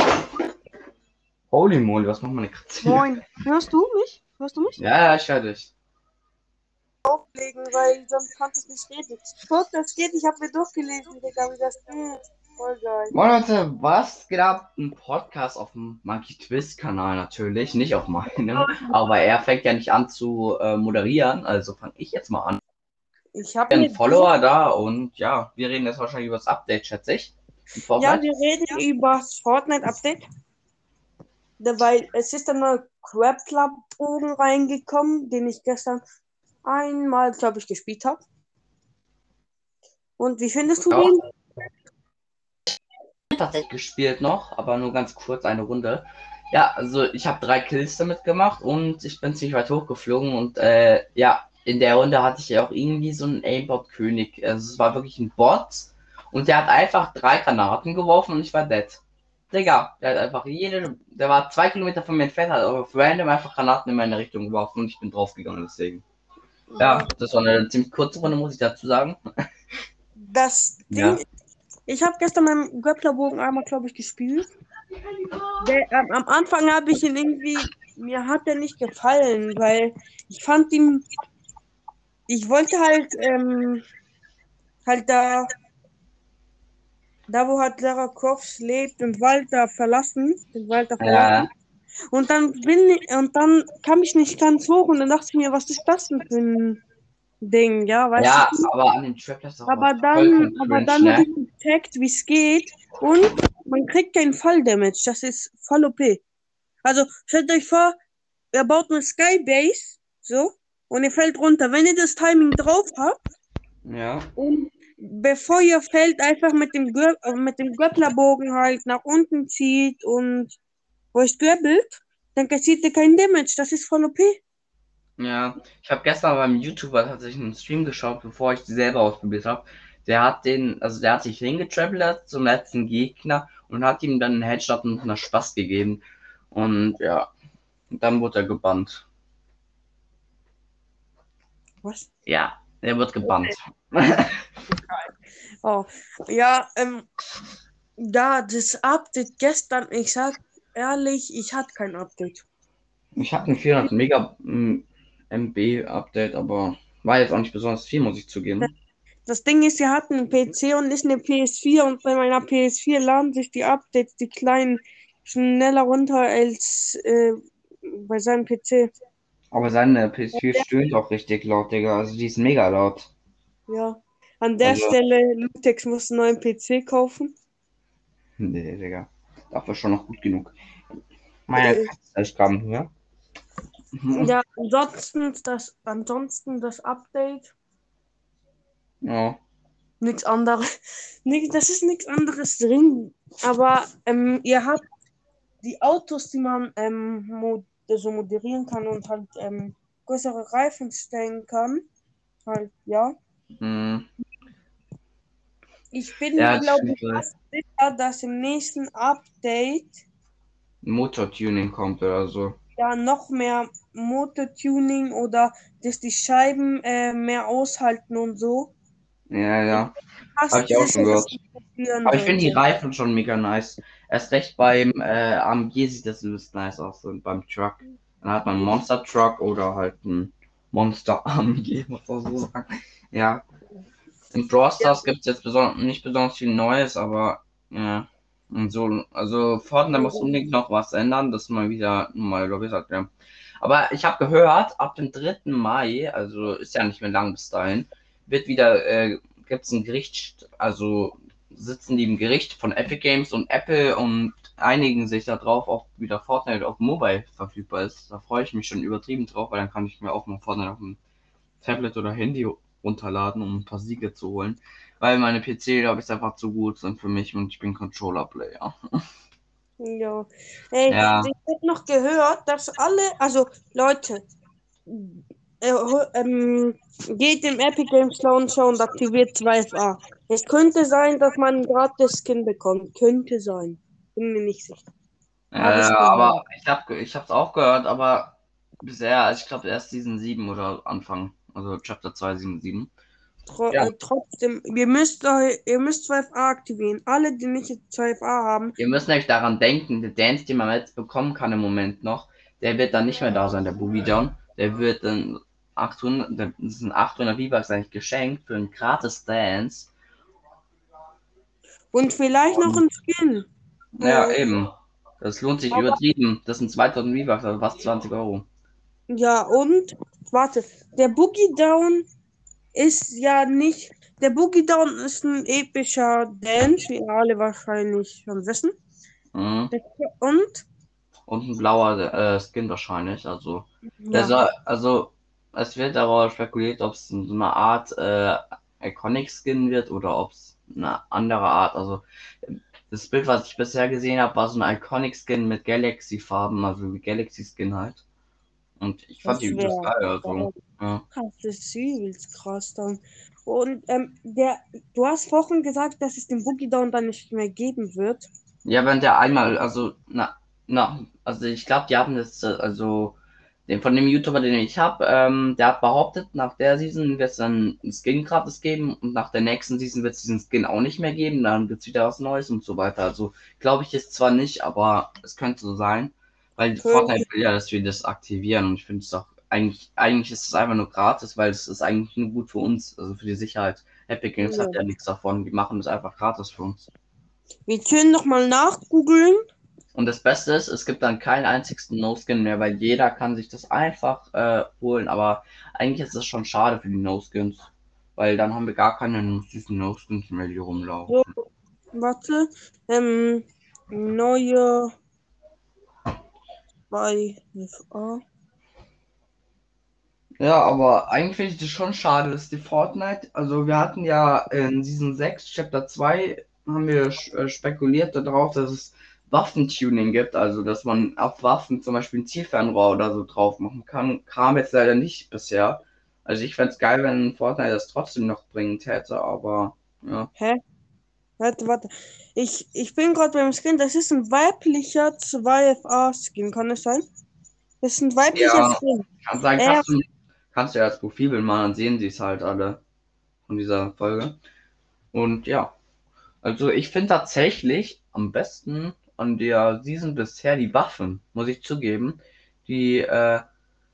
Holy moly, was macht meine Katze? Moin. Hörst du mich? Hörst du mich? Ja, ja, ich höre dich. Auflegen, weil sonst kannst du nicht reden. Guck, das geht. Ich habe mir durchgelesen, Digga, wie das geht. Voll geil. Moin Leute, was geht ab? Ein Podcast auf dem Monkey Twist Kanal natürlich, nicht auf meinem. Aber er fängt ja nicht an zu äh, moderieren, also fange ich jetzt mal an. Ich habe einen Follower da und ja, wir reden jetzt wahrscheinlich über das Update, schätze ich. Ja, wir reden über das Fortnite-Update. Weil es ist ein neuer Grappler-Bogen reingekommen, den ich gestern einmal, glaube ich, gespielt habe. Und wie findest du Ja. den? Tatsächlich gespielt noch, aber nur ganz kurz eine Runde. Ja, also ich habe drei Kills damit gemacht und ich bin ziemlich weit hochgeflogen und äh, ja, in der Runde hatte ich ja auch irgendwie so einen Aimbot-König. Also es war wirklich ein Bot und der hat einfach drei Granaten geworfen und ich war dead. Digga, der hat einfach jede, der war zwei Kilometer von mir entfernt, hat aber auf random einfach Granaten in meine Richtung geworfen und ich bin draufgegangen deswegen. Ja, das war eine ziemlich kurze Runde, muss ich dazu sagen. Das Ding, Ja. Ich habe gestern meinen Grapplerbogen einmal, glaube ich, gespielt. Der, ähm, am Anfang habe ich ihn irgendwie, mir hat der nicht gefallen, weil ich fand ihn, ich wollte halt, ähm, halt da, da wo halt Lara Croft lebt, den Wald da verlassen, den Wald da verlassen. Ja. Und dann bin ich, und dann kam ich nicht ganz hoch und dann dachte ich mir, was ist das denn für ein Ding, ja, weißt Ja, du? aber an den Traplers auch Aber dann, vollkommen aber cringe, dann ne? habe ich gecheckt, wie es geht und man kriegt keinen Fall-Damage. Das ist voll O P. Also stellt euch vor, ihr baut eine Skybase, so, und ihr fällt runter. Wenn ihr das Timing drauf habt Ja. und bevor ihr fällt, einfach mit dem Gür äh, mit dem Grapplerbogen halt nach unten zieht und euch grappelt, dann kassiert ihr keinen Damage. Das ist voll O P. Ja, ich habe gestern beim YouTuber tatsächlich einen Stream geschaut, bevor ich die selber ausprobiert habe. Der hat den, also der hat sich hingetravelt zum letzten Gegner und hat ihm dann einen Headshot und einen Spaß gegeben. Und ja, dann wurde er gebannt. Was? Ja, er wird gebannt. Oh, ja, ähm, ja, das Update gestern, ich sag ehrlich, ich hatte kein Update. Ich habe ein vierhundert Mega M B Update, aber war jetzt auch nicht besonders viel, muss ich zugeben. Das Ding ist, wir hatten einen P C und nicht eine P S vier und bei meiner P S vier laden sich die Updates, die kleinen, schneller runter als äh, bei seinem P C. Aber seine P S vier stöhnt auch richtig laut, Digga. Also die ist mega laut. Ja. An der Also- Stelle, Lutex muss einen neuen P C kaufen. Nee, Digga. Dafür schon noch gut genug. Meine Äh, Katze ist gerade hier. ja, ansonsten das, ansonsten das Update. Ja. Nichts anderes. Nix, das ist nichts anderes drin. Aber ähm, ihr habt die Autos, die man ähm, mod so moderieren kann und halt ähm, größere Reifen stellen kann. Halt, ja. Hm. Ich bin Ja, mir, das glaube finde ich, ich cool. fast sicher, dass im nächsten Update Motortuning kommt oder so. ja noch mehr Motortuning oder dass die Scheiben äh, mehr aushalten und so. Ja, Ich bin ja. Habe fast ich auch schon sicher, dass gehört. das passieren Aber ich finde die sollte. Reifen schon mega nice. Erst recht beim äh, A M G sieht das übelst nice aus. Und beim Truck. Dann hat man einen Monster Truck oder halt ein Monster A M G, muss man so sagen. Ja. In Brawl Ja, Stars gibt es jetzt beson nicht besonders viel Neues, aber ja. Und so, also Fortnite muss unbedingt noch was ändern, dass man wieder normale Lobbys hat, ja. Aber ich habe gehört, ab dem dritten Mai, also ist ja nicht mehr lang bis dahin, wird wieder, äh, gibt es ein Gericht, also sitzen die im Gericht von Epic Games und Apple und einigen sich darauf, ob wieder Fortnite auf Mobile verfügbar ist. Da freue ich mich schon übertrieben drauf, weil dann kann ich mir auch mal Fortnite auf dem Tablet oder Handy runterladen, um ein paar Siege zu holen. Weil meine P C, glaube ich, einfach zu gut sind für mich und ich bin Controller-Player. ja. Ey, Ja, ich habe noch gehört, dass alle, also Leute, äh, ähm, geht im Epic Games Launcher und aktiviert zwei F A. Es könnte sein, dass man einen gratis Skin bekommt. Könnte sein. Bin mir nicht sicher. äh, Habe ich aber gehört. ich habe ich hab's auch gehört, aber bisher, also ich glaube erst Season sieben oder Anfang, also Chapter zwei Season sieben. Tro Ja, äh, trotzdem, ihr müsst, eu- ihr müsst zwei F A aktivieren. Alle, die nicht zwei F A haben, wir müssen nämlich daran denken, der Dance, den man jetzt bekommen kann im Moment noch, der wird dann nicht mehr da sein, der Boogie Down. Der wird dann achthundert, das sind achthundert V-Bucks eigentlich geschenkt für einen gratis Dance. und vielleicht noch Und ein Skin. ja, Äh, eben. Das lohnt sich aber übertrieben. Das sind zweitausend V-Bucks, also fast zwanzig Euro. ja, und warte, der Boogie Down ist ja nicht. Der Boogie Down ist ein epischer Dance, wie alle wahrscheinlich schon wissen. Mhm. Und Und ein blauer äh, Skin wahrscheinlich. Also, der ja, soll, also, es wird darüber spekuliert, ob es so eine Art äh, Iconic Skin wird oder ob es eine andere Art. Also, das Bild, was ich bisher gesehen habe, war so ein Iconic Skin mit Galaxy Farben, also wie Galaxy Skin halt. Und ich fand das die übelst wäre geil, also, ja. krass, das ist übelst krass dann. Und ähm, der, du hast vorhin gesagt, dass es den Boogie Down dann nicht mehr geben wird. Ja, wenn der einmal, also, na, na, also ich glaube, die haben das, äh, also, den von dem YouTuber, den ich habe, ähm, der hat behauptet, nach der Season wird es dann einen Skin gratis geben und nach der nächsten Season wird es diesen Skin auch nicht mehr geben, dann wird es wieder was Neues und so weiter. Also, glaube ich jetzt zwar nicht, aber es könnte so sein, weil Fortnite will ja, dass wir das aktivieren und ich finde es auch, eigentlich, eigentlich ist es einfach nur gratis, weil es ist eigentlich nur gut für uns, also für die Sicherheit. Epic Games Ja. hat ja nichts davon, die machen das einfach gratis für uns. Wir können noch mal nachgoogeln. Und das Beste ist, es gibt dann keinen einzigsten No-Skin mehr, weil jeder kann sich das einfach äh, holen. Aber eigentlich ist es schon schade für die No-Skins, weil dann haben wir gar keine süßen No-Skins mehr, die rumlaufen. So, warte. Ähm, neue bei F A. Ja, aber eigentlich finde ich das schon schade, dass die Fortnite, also wir hatten ja in Season sechs Chapter zwei haben wir äh, spekuliert darauf, dass es Waffentuning gibt, also dass man auf Waffen zum Beispiel ein Zielfernrohr oder so drauf machen kann. Kam jetzt leider nicht bisher. Also ich fände es geil, wenn Fortnite das trotzdem noch bringen täte, aber ja. Hä? Warte, warte. Ich, ich bin gerade beim Skin. Das ist ein weiblicher zwei F A-Skin. Kann das sein? Das ist ein weiblicher Ja, Skin. kann sein, Äh, kannst du, kannst du ja das Profilbild machen, dann sehen sie es halt alle von dieser Folge. Und ja. Also ich finde tatsächlich am besten an der Season bisher die Waffen, muss ich zugeben. Die, äh,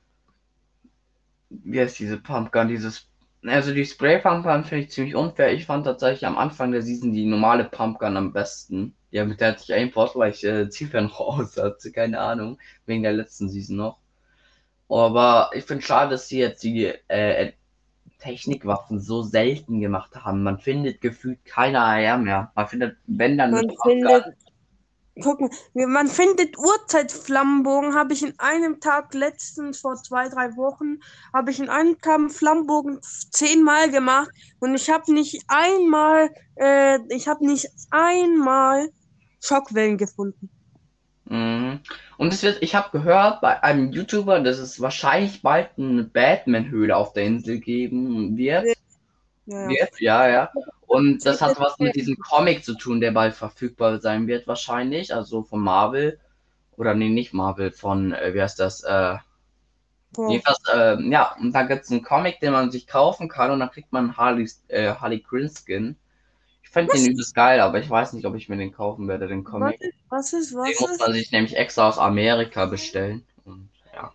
wie heißt diese Pumpgun, dieses, also die Spray Pumpgun finde ich ziemlich unfair. Ich fand tatsächlich am Anfang der Season die normale Pumpgun am besten. Ja, mit der hatte ich Aimpost, weil ich äh, Zielfernrohr aus hatte, keine Ahnung, wegen der letzten Season noch. Aber ich finde schade, dass sie jetzt die äh, Technikwaffen so selten gemacht haben. Man findet gefühlt keine A R mehr. Man findet, wenn dann eine man Pumpgun. findet, Guck mal, man findet Uhrzeitflammenbogen, habe ich in einem Tag letztens vor zwei, drei Wochen, habe ich in einem Tag einen Flammenbogen zehnmal gemacht und ich habe nicht einmal, äh, ich habe nicht einmal Schockwellen gefunden. Mhm. Und es wird, ich habe gehört bei einem YouTuber, dass es wahrscheinlich bald eine Batman-Höhle auf der Insel geben wird. Ja, ja. Wird, ja, ja. Und das hat was mit diesem Comic zu tun, der bald verfügbar sein wird, wahrscheinlich. Also von Marvel. Oder nee, nicht Marvel, von, äh, wie heißt das? Äh, Boah. jedenfalls, äh, ja, und da gibt es einen Comic, den man sich kaufen kann und dann kriegt man Harley, äh, Harley Quinn Skin. Ich fände den übelst geil, aber ich weiß nicht, ob ich mir den kaufen werde, den Was Comic. ist, was ist, Den was muss ist? man sich nämlich extra aus Amerika bestellen. Und ja.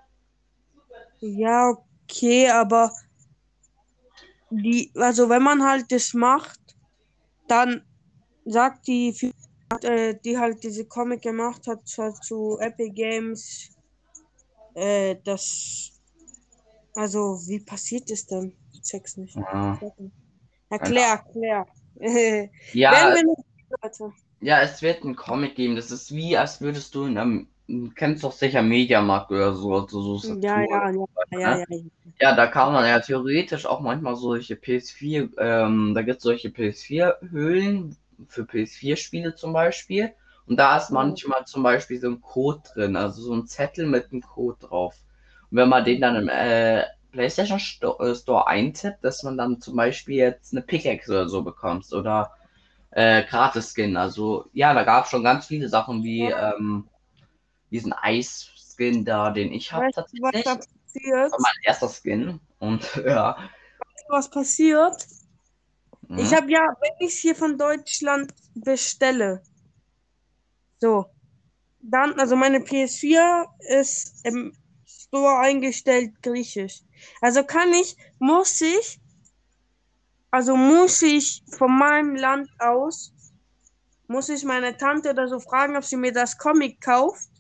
Ja, okay, aber die, also wenn man halt das macht, dann sagt die, Fi- äh, die halt diese Comic gemacht hat, zwar zu Epic Games, äh, das, also wie passiert es denn? Ich check's nicht. Ja, Erklär, erklär. ja, Werden wir nicht, Leute. ja, es wird einen Comic geben. Das ist wie, als würdest du in einem, du kennst doch sicher Mediamarkt oder so, also so Ja, Saturn oder ja, ja, so, ja, ne? ja, ja. Ja, da kann man ja theoretisch auch manchmal solche P S vier, ähm, da gibt es solche P S vier-Höhlen für P S vier-Spiele zum Beispiel. Und da ist manchmal zum Beispiel so ein Code drin, also so ein Zettel mit einem Code drauf. Und wenn man den dann im äh, PlayStation Sto- äh, Store eintippt, dass man dann zum Beispiel jetzt eine Pickaxe oder so bekommst oder äh, Gratis-Skin. Also ja, da gab es schon ganz viele Sachen wie ähm, diesen Eis-Skin da, den ich habe Weißt du, was da tatsächlich. passiert? Das war mein erster Skin. Und ja. Was passiert? Ich Mhm. habe ja, wenn ich es hier von Deutschland bestelle, so, dann, also meine P S vier ist im Store eingestellt griechisch. Also kann ich, muss ich, also muss ich von meinem Land aus, muss ich meine Tante oder so fragen, ob sie mir das Comic kauft.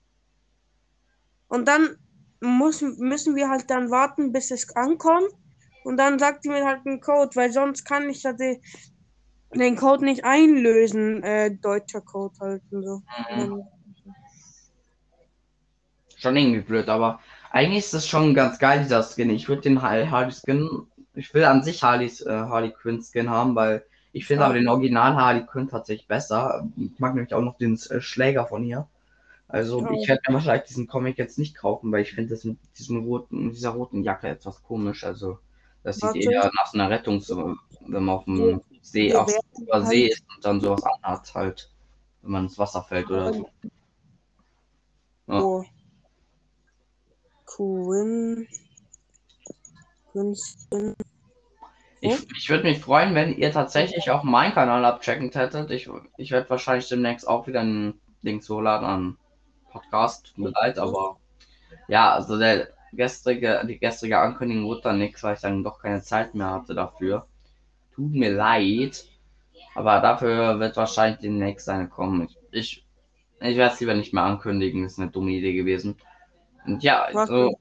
Und dann muss, müssen wir halt dann warten, bis es ankommt. Und dann sagt sie mir halt einen Code, weil sonst kann ich ja den, den Code nicht einlösen, äh, deutscher Code halt und so. Mhm. Schon irgendwie blöd, aber eigentlich ist das schon ganz geil, dieser Skin. Ich würde den Har- Harley Skin, ich will an sich Harleys, äh, Harley Quinn Skin haben, weil ich finde aber den Original Harley Quinn tatsächlich besser. Ich mag nämlich auch noch den äh, Schläger von ihr. Also ich werde mir wahrscheinlich diesen Comic jetzt nicht kaufen, weil ich finde das mit diesem roten, dieser roten Jacke etwas komisch. Also das sieht Warte, eher nach so einer Rettungs, wenn man auf wir, dem See, wir auf werden über See halt. ist und dann sowas anhat, halt, wenn man ins Wasser fällt oder so. Ja. Oh, Quinn. Quinn. Ich, ich würde mich freuen, wenn ihr tatsächlich auch meinen Kanal abchecken hättet. Ich, ich werde wahrscheinlich demnächst auch wieder einen Link hochladen an Podcast. Tut mir leid, aber ja, also der gestrige, die gestrige Ankündigung wurde dann nichts, weil ich dann doch keine Zeit mehr hatte dafür. Tut mir leid, aber dafür wird wahrscheinlich demnächst eine kommen. Ich, ich, ich werde es lieber nicht mehr ankündigen, ist eine dumme Idee gewesen. Und ja, also,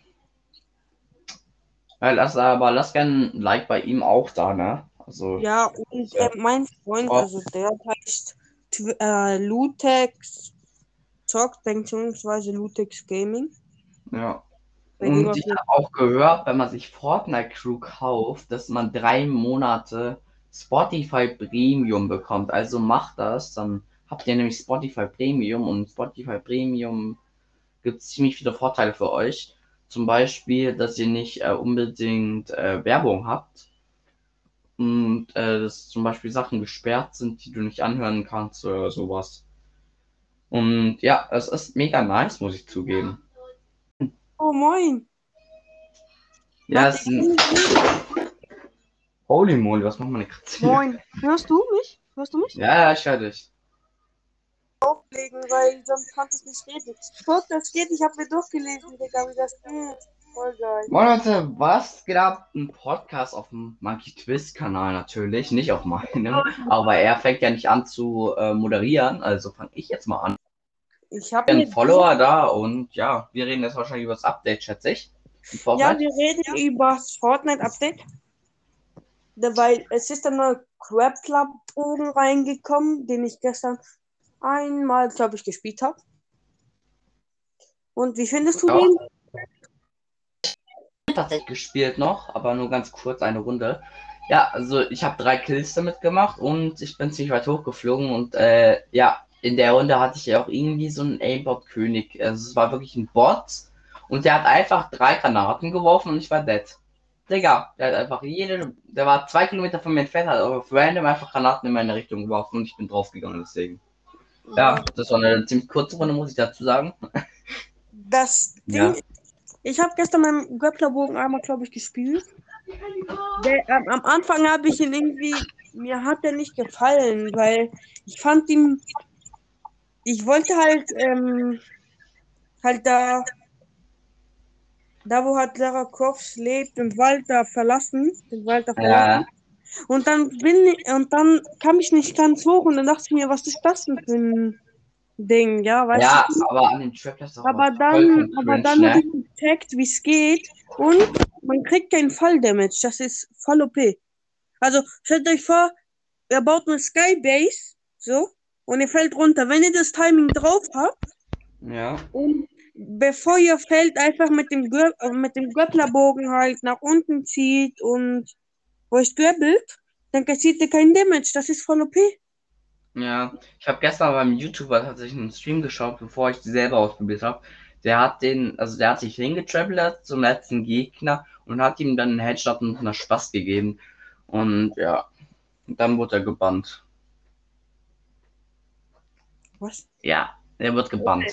ja, lass aber lass gerne ein Like bei ihm auch da, ne? Also, Ja, und äh, mein Freund, oh, also der heißt Tw- äh, Lutex Talk, beziehungsweise Lutex Gaming. ja. Bei dem Und auf ich jeden habe auch gehört, wenn man sich Fortnite Crew kauft, dass man drei Monate Spotify Premium bekommt. Also macht das, dann habt ihr nämlich Spotify Premium und Spotify Premium gibt es ziemlich viele Vorteile für euch. Zum Beispiel, dass ihr nicht äh, unbedingt äh, Werbung habt und äh, dass zum Beispiel Sachen gesperrt sind, die du nicht anhören kannst oder sowas. Und ja, es ist mega nice, muss ich zugeben. Oh, moin. Ja, Warte, es ist ich ein bin nicht. Holy moly, was macht meine Katze hier? Moin. Hörst du mich? Hörst du mich? Ja, ja, ich höre dich. Auflegen, weil sonst kannst du nicht reden. Guck, das geht. Ich habe mir durchgelesen, Digga, wie das geht. Voll geil. Moin Leute, was geht ab? Ein Podcast auf dem Monkey Twist Kanal natürlich, nicht auf meinem. Aber er fängt ja nicht an zu äh, moderieren, also fange ich jetzt mal an. Ich habe Ein mir Follower da und ja, wir reden jetzt wahrscheinlich über das Update, schätze ich. In Ja, Fortnite. wir reden über das Fortnite-Update. Weil es ist ein neuer Crab Club Bogen reingekommen, den ich gestern einmal, glaube ich, gespielt habe. Und wie findest du Doch, den? tatsächlich gespielt noch, aber nur ganz kurz eine Runde. Ja, also ich habe drei Kills damit gemacht und ich bin ziemlich weit hochgeflogen und äh, ja, in der Runde hatte ich ja auch irgendwie so einen Aimbot-König. Also es war wirklich ein Bot und der hat einfach drei Granaten geworfen und ich war dead. Digga, der hat einfach jede, der war zwei Kilometer von mir entfernt, hat auf random einfach Granaten in meine Richtung geworfen und ich bin draufgegangen deswegen. Ja, Ja, das war eine ziemlich kurze Runde, muss ich dazu sagen. das Ja. Ding, ich habe gestern meinen Grapplerbogen einmal, glaube ich, gespielt. Der, ähm, am Anfang habe ich ihn irgendwie, mir hat er nicht gefallen, weil ich fand ihn, ich wollte halt, ähm, halt da, da wo halt Lara Croft lebt, im Wald da verlassen, den Wald da verlassen. Ja, Und dann bin ich, und dann kam ich nicht ganz hoch und dann dachte ich mir, was ist das denn für ein Ding, ja, weißt ja, du? aber an den Trap ist auch Aber was dann, vollkommen aber cringe, dann habe ne? ich gecheckt, wie es geht und man kriegt keinen Fall-Damage. Das ist voll O P. Also stellt euch vor, ihr baut eine Skybase, so, und ihr fällt runter. Wenn ihr das Timing drauf habt Ja. und bevor ihr fällt, einfach mit dem, Gra äh, mit dem Grapplerbogen halt nach unten zieht und euch grappelt, dann kassiert ihr keinen Damage. Das ist voll O P. Ja, ich habe gestern beim YouTuber tatsächlich einen Stream geschaut, bevor ich die selber ausprobiert habe. Der hat den, also der hat sich hingetravelert zum letzten Gegner und hat ihm dann einen Headshot mit einer Spaß gegeben. Und ja, dann wurde er gebannt. Was? Ja, er wird gebannt.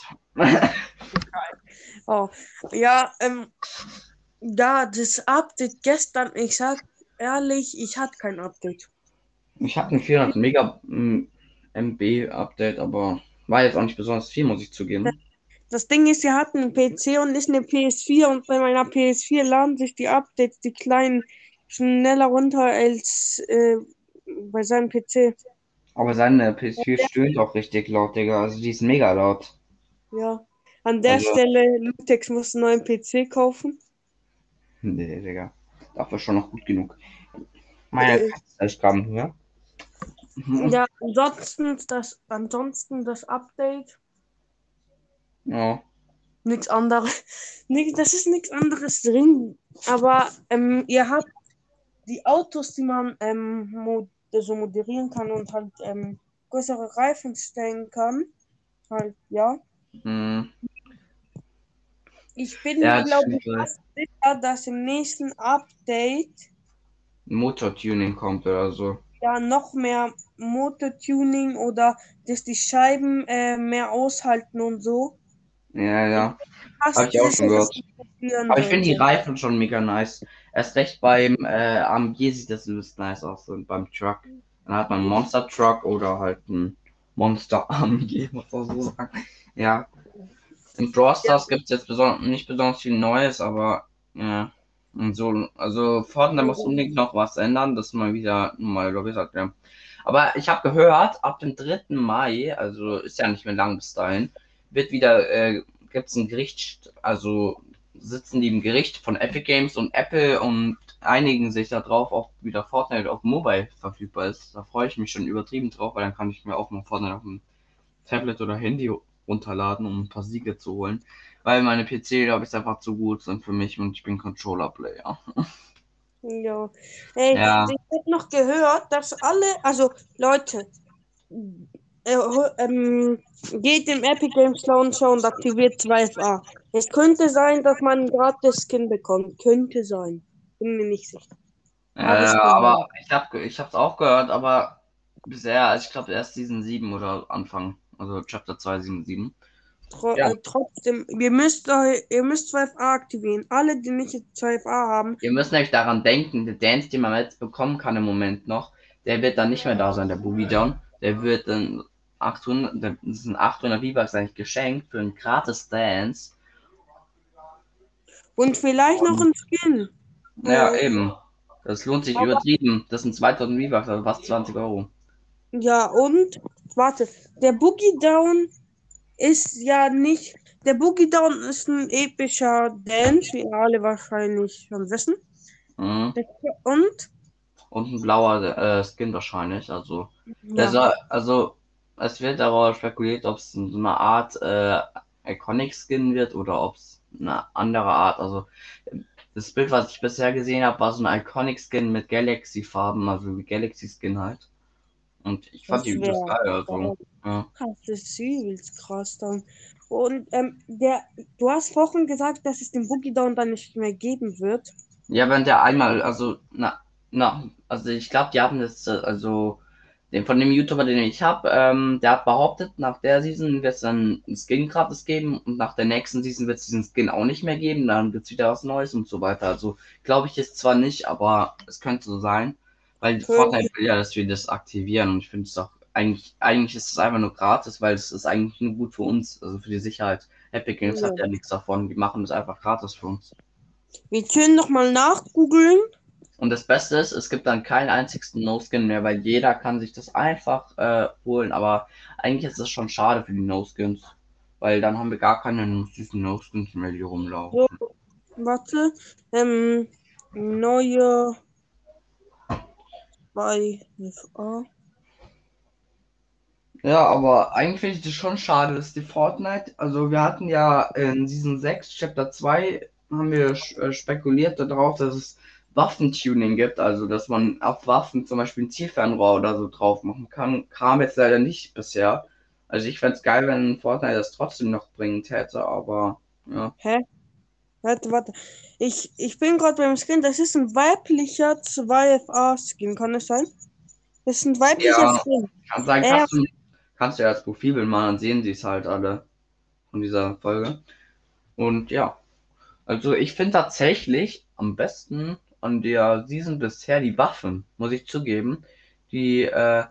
Oh, ja, ähm, ja, das Update gestern, ich sag ehrlich, ich hatte kein Update. Ich habe ein vierhundert Mega mm, M B Update, aber war jetzt auch nicht besonders viel, muss ich zugeben. Das Ding ist, wir hatten einen P C und nicht eine P S vier und bei meiner P S vier laden sich die Updates, die kleinen, schneller runter als äh, bei seinem P C. Aber seine P S vier stöhnt auch richtig laut, Digga. Also die ist mega laut. Ja. An der Also, Stelle, Lutex muss einen neuen P C kaufen. nee, Digga. Dafür schon noch gut genug. Meine Katze ist gerade hier. Ja, ansonsten das, ansonsten das Update, Ja. nichts anderes. Nix- Das ist nichts anderes drin. Aber ähm, ihr habt die Autos, die man ähm, mod so moderieren kann und halt ähm, größere Reifen stellen kann. Halt, ja. Hm. Ich bin Ja, mir, das glaube stimmt ich, wohl. fast sicher, dass im nächsten Update Motortuning kommt oder so. ja noch mehr Motortuning oder dass die Scheiben äh, mehr aushalten und so. Ja, Ich ja. bin Habe fast ich auch sicher, schon dass gehört. das passieren Aber ich wird. finde die Reifen schon mega nice. Erst recht beim äh, A M G sieht das übelst nice aus und beim Truck. Dann hat man einen Monster Truck oder halt ein Monster A M G, muss man so sagen. Ja. In Brawl Ja, Stars gibt es jetzt beson nicht besonders viel Neues, aber ja. Und so, also Fortnite muss unbedingt noch was ändern, dass man wieder mal Lobby sagt, ja. Aber ich habe gehört, ab dem dritten Mai, also ist ja nicht mehr lang bis dahin, wird wieder, äh, gibt es ein Gericht, also sitzen die im Gericht von Epic Games und Apple und einigen sich darauf, ob wieder Fortnite auf Mobile verfügbar ist. Da freue ich mich schon übertrieben drauf, weil dann kann ich mir auch mal Fortnite auf dem Tablet oder Handy runterladen, um ein paar Siege zu holen. Weil meine P C, glaube ich, einfach zu gut sind für mich und ich bin Controller-Player. ja. Ey, Ja, ich habe noch gehört, dass alle, also Leute, äh, ähm, geht im Epic Games Launcher und aktiviert zwei F A. Es könnte sein, dass man einen gratis Skin bekommt. Könnte sein. Bin mir nicht sicher. äh, Habe ich aber gehört. ich habe ich hab's auch gehört, aber bisher, also ich glaube erst Season sieben oder Anfang, also Chapter zwei Season sieben. Tro Ja, äh, trotzdem, ihr müsst, eu- ihr müsst zwei F A aktivieren. Alle, die nicht zwei F A haben, ihr müsst nämlich daran denken, der Dance, den man jetzt bekommen kann im Moment noch, der wird dann nicht mehr da sein, der Boogie Down. Der wird dann achthundert, das sind achthundert V-Bucks eigentlich geschenkt für einen gratis Dance. und vielleicht noch Und ein Skin. ja, Äh, eben. Das lohnt sich aber übertrieben. Das sind zweitausend V-Bucks, also fast zwanzig Euro. ja, und warte, der Boogie Down ist ja nicht. Der Boogie Down ist ein epischer Dance, wie alle wahrscheinlich schon wissen. Mhm. Und Und ein blauer äh, Skin wahrscheinlich. Also, der ja, soll, also es wird darüber spekuliert, ob es so eine Art äh, Iconic-Skin wird oder ob es eine andere Art. Also das Bild, was ich bisher gesehen habe, war so ein Iconic-Skin mit Galaxy-Farben, also wie Galaxy-Skin halt. Und ich fand Das die übelst wäre geil, also. Ja. krass, das ist übelst krass dann. Und ähm, der, du hast vorhin gesagt, dass es den Boogie Down dann nicht mehr geben wird. Ja, wenn der einmal, also, na, na, also ich glaube, die haben das, äh, also, den von dem YouTuber, den ich habe, ähm, der hat behauptet, nach der Season wird es dann einen Skin gratis geben und nach der nächsten Season wird es diesen Skin auch nicht mehr geben, dann gibt's wieder was Neues und so weiter. Also, glaube ich jetzt zwar nicht, aber es könnte so sein, weil Fortnite will ja, dass wir das aktivieren und ich finde es auch, eigentlich, eigentlich ist es einfach nur gratis, weil es ist eigentlich nur gut für uns, also für die Sicherheit. Epic Games hat Ja. ja nichts davon, die machen das einfach gratis für uns. Wir können nochmal nachgoogeln. Und das Beste ist, es gibt dann keinen einzigsten No-Skin mehr, weil jeder kann sich das einfach äh, holen. Aber eigentlich ist es schon schade für die No-Skins, weil dann haben wir gar keine süßen No-Skins mehr, die rumlaufen. So, warte. Ähm, neue bei F A. Ja, aber eigentlich finde ich das schon schade, dass die Fortnite, also wir hatten ja in Season sechs, Chapter zwei, haben wir äh, spekuliert darauf, dass es Waffentuning gibt, also dass man auf Waffen zum Beispiel ein Zielfernrohr oder so drauf machen kann. Kam jetzt leider nicht bisher. Also ich fände es geil, wenn Fortnite das trotzdem noch bringen täte, aber ja. Hä? Warte, warte. Ich, ich bin gerade beim Skin. Das ist ein weiblicher zwei F A-Skin. Kann das sein? Das ist ein weiblicher Ja, Skin. kann sein, Er, kannst du, kannst du ja als Profilbild machen, dann sehen sie es halt alle von dieser Folge. Und ja. Also ich finde tatsächlich am besten an der Season bisher die Waffen, muss ich zugeben. Die, äh,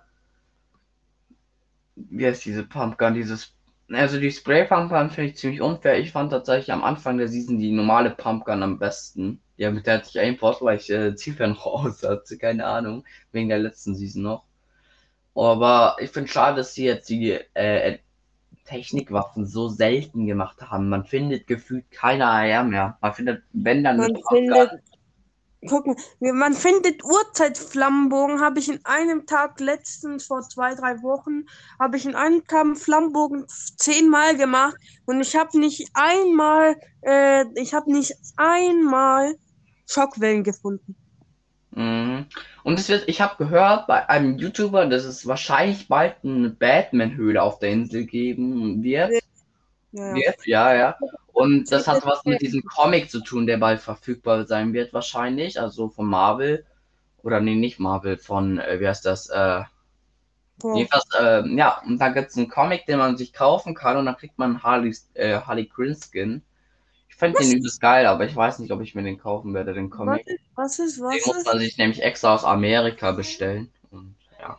wie heißt diese Pumpgun, dieses, also die Spray Pumpgun finde ich ziemlich unfair. Ich fand tatsächlich am Anfang der Season die normale Pumpgun am besten. Ja, mit der hatte ich Aimbot, weil ich äh, Zielfernrohr aus hatte, keine Ahnung, wegen der letzten Season noch. Aber ich finde schade, dass sie jetzt die äh, Technikwaffen so selten gemacht haben. Man findet gefühlt keine A R mehr. Man findet, wenn dann eine man Pumpgun. findet, guck mal, man findet Uhrzeitflammenbogen, habe ich in einem Tag letztens vor zwei, drei Wochen, habe ich in einem Tag einen Flammenbogen zehnmal gemacht und ich habe nicht einmal, äh, ich habe nicht einmal Schockwellen gefunden. Mhm. Und es wird, ich habe gehört bei einem YouTuber, dass es wahrscheinlich bald eine Batman-Höhle auf der Insel geben wird. Ja, ja. Wird, ja, ja. Und das hat was mit diesem Comic zu tun, der bald verfügbar sein wird, wahrscheinlich. Also von Marvel. Oder nee, nicht Marvel, von, äh, wie heißt das? Äh, Boah. jedenfalls, äh, ja, und da gibt es einen Comic, den man sich kaufen kann und dann kriegt man Harley, äh, Harley Quinn Skin. Ich fände den übelst geil, aber ich weiß nicht, ob ich mir den kaufen werde, den Was Comic. ist, was ist, Den was muss ist? man sich nämlich extra aus Amerika bestellen. Und ja.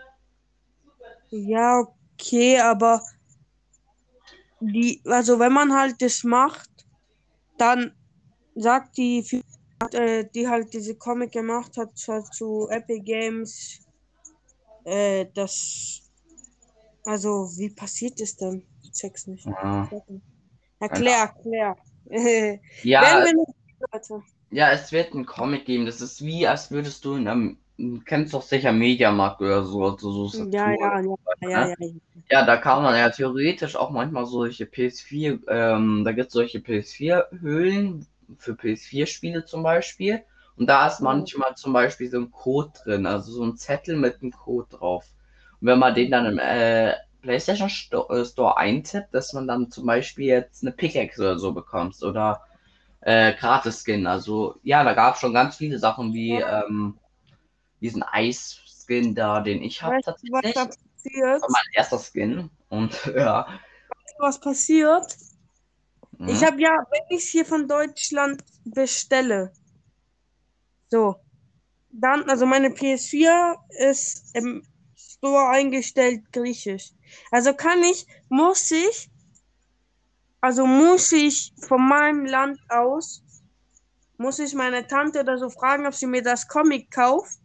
Ja, okay, aber die, also wenn man halt das macht, dann sagt die, Fi- äh, die halt diese Comic gemacht hat, zwar zu Epic Games, äh, das, also wie passiert es denn? Ich check's nicht. Ja, Erklär, erklär. Werden ja, wir nicht, Leute. ja, es wird einen Comic geben. Das ist wie, als würdest du in einem, du kennst doch sicher Mediamarkt oder so, also so Ja, Saturn. ja, ja, ja, Ne? ja. Ja, da kann man ja theoretisch auch manchmal solche P S vier, ähm, da gibt es solche P S vier Höhlen für P S vier Spiele zum Beispiel. Und da ist manchmal zum Beispiel so ein Code drin, also so ein Zettel mit einem Code drauf. Und wenn man den dann im äh, PlayStation Sto- äh, Store eintippt, dass man dann zum Beispiel jetzt eine Pickaxe oder so bekommst oder äh, Gratis-Skin. Also ja, da gab es schon ganz viele Sachen wie ähm, diesen Eis-Skin da, den ich habe Weißt du, was tatsächlich. da Das passiert? war mein erster Skin. Und ja. Weißt du, was passiert? Ich Mhm. habe ja, wenn ich es hier von Deutschland bestelle, so, dann, also meine P S vier ist im Store eingestellt griechisch. Also kann ich, muss ich, also muss ich von meinem Land aus, muss ich meine Tante oder so fragen, ob sie mir das Comic kauft.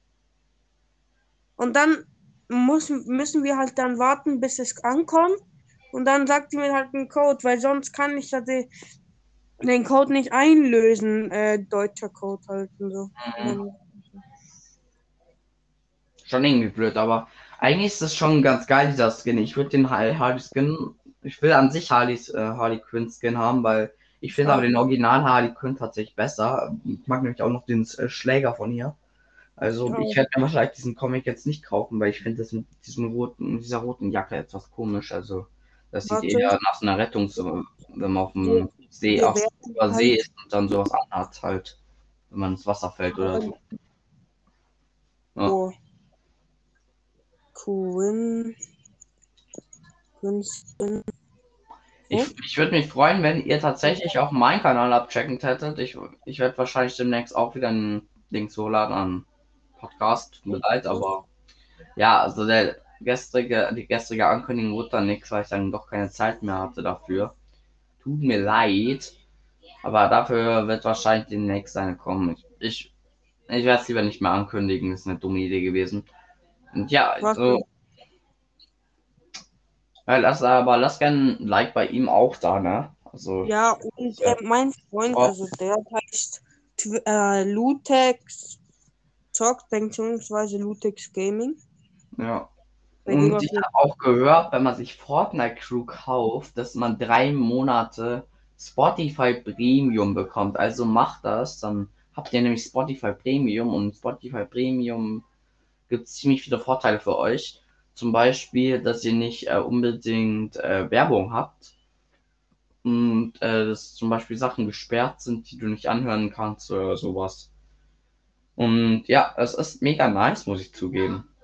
Und dann muss, müssen wir halt dann warten, bis es ankommt. Und dann sagt sie mir halt einen Code, weil sonst kann ich ja den, den Code nicht einlösen, äh, deutscher Code halt und so. Und Mhm. dann, Schon irgendwie blöd, aber Eigentlich ist es schon ganz geil, dieser Skin. Ich würde den Har- Harley Skin, ich will an sich Harleys, äh, Harley Quinn Skin haben, weil ich finde aber Ja, den Original Harley Quinn tatsächlich besser. Ich mag nämlich auch noch den äh, Schläger von ihr. Also ja. ich werde mir wahrscheinlich diesen Comic jetzt nicht kaufen, weil ich finde das mit diesem roten, dieser roten Jacke etwas komisch. Also das sieht Warte, eher nach so einer Rettung, so, wenn man auf wir, dem See, wir auf werden über See halt ist und dann sowas anhat, halt, wenn man ins Wasser fällt oder so. Ja. oh, Quinn, Quinn, Ich, ich würde mich freuen, wenn ihr tatsächlich auch meinen Kanal abchecken hättet. Ich, ich werde wahrscheinlich demnächst auch wieder einen Link hochladen an Podcast. Tut mir leid, aber ja, also der gestrige, die gestrige Ankündigung wurde dann nichts, weil ich dann doch keine Zeit mehr hatte dafür. Tut mir leid, aber dafür wird wahrscheinlich demnächst eine kommen. Ich, ich, ich werde es lieber nicht mehr ankündigen, ist eine dumme Idee gewesen. Und ja, warte, also, ja, lass aber lass gerne ein Like bei ihm auch da, ne? Also, ja, und ja. äh, mein Freund, Oh, also der heißt Tw- äh, Lutex Talk, beziehungsweise Lutex Gaming. ja. Bei dem Und auf ich jeden habe auch gehört, wenn man sich Fortnite Crew kauft, dass man drei Monate Spotify Premium bekommt. Also macht das, dann habt ihr nämlich Spotify Premium und Spotify Premium gibt ziemlich viele Vorteile für euch. Zum Beispiel, dass ihr nicht äh, unbedingt äh, Werbung habt und äh, dass zum Beispiel Sachen gesperrt sind, die du nicht anhören kannst oder sowas. Und ja, es ist mega nice, muss ich zugeben.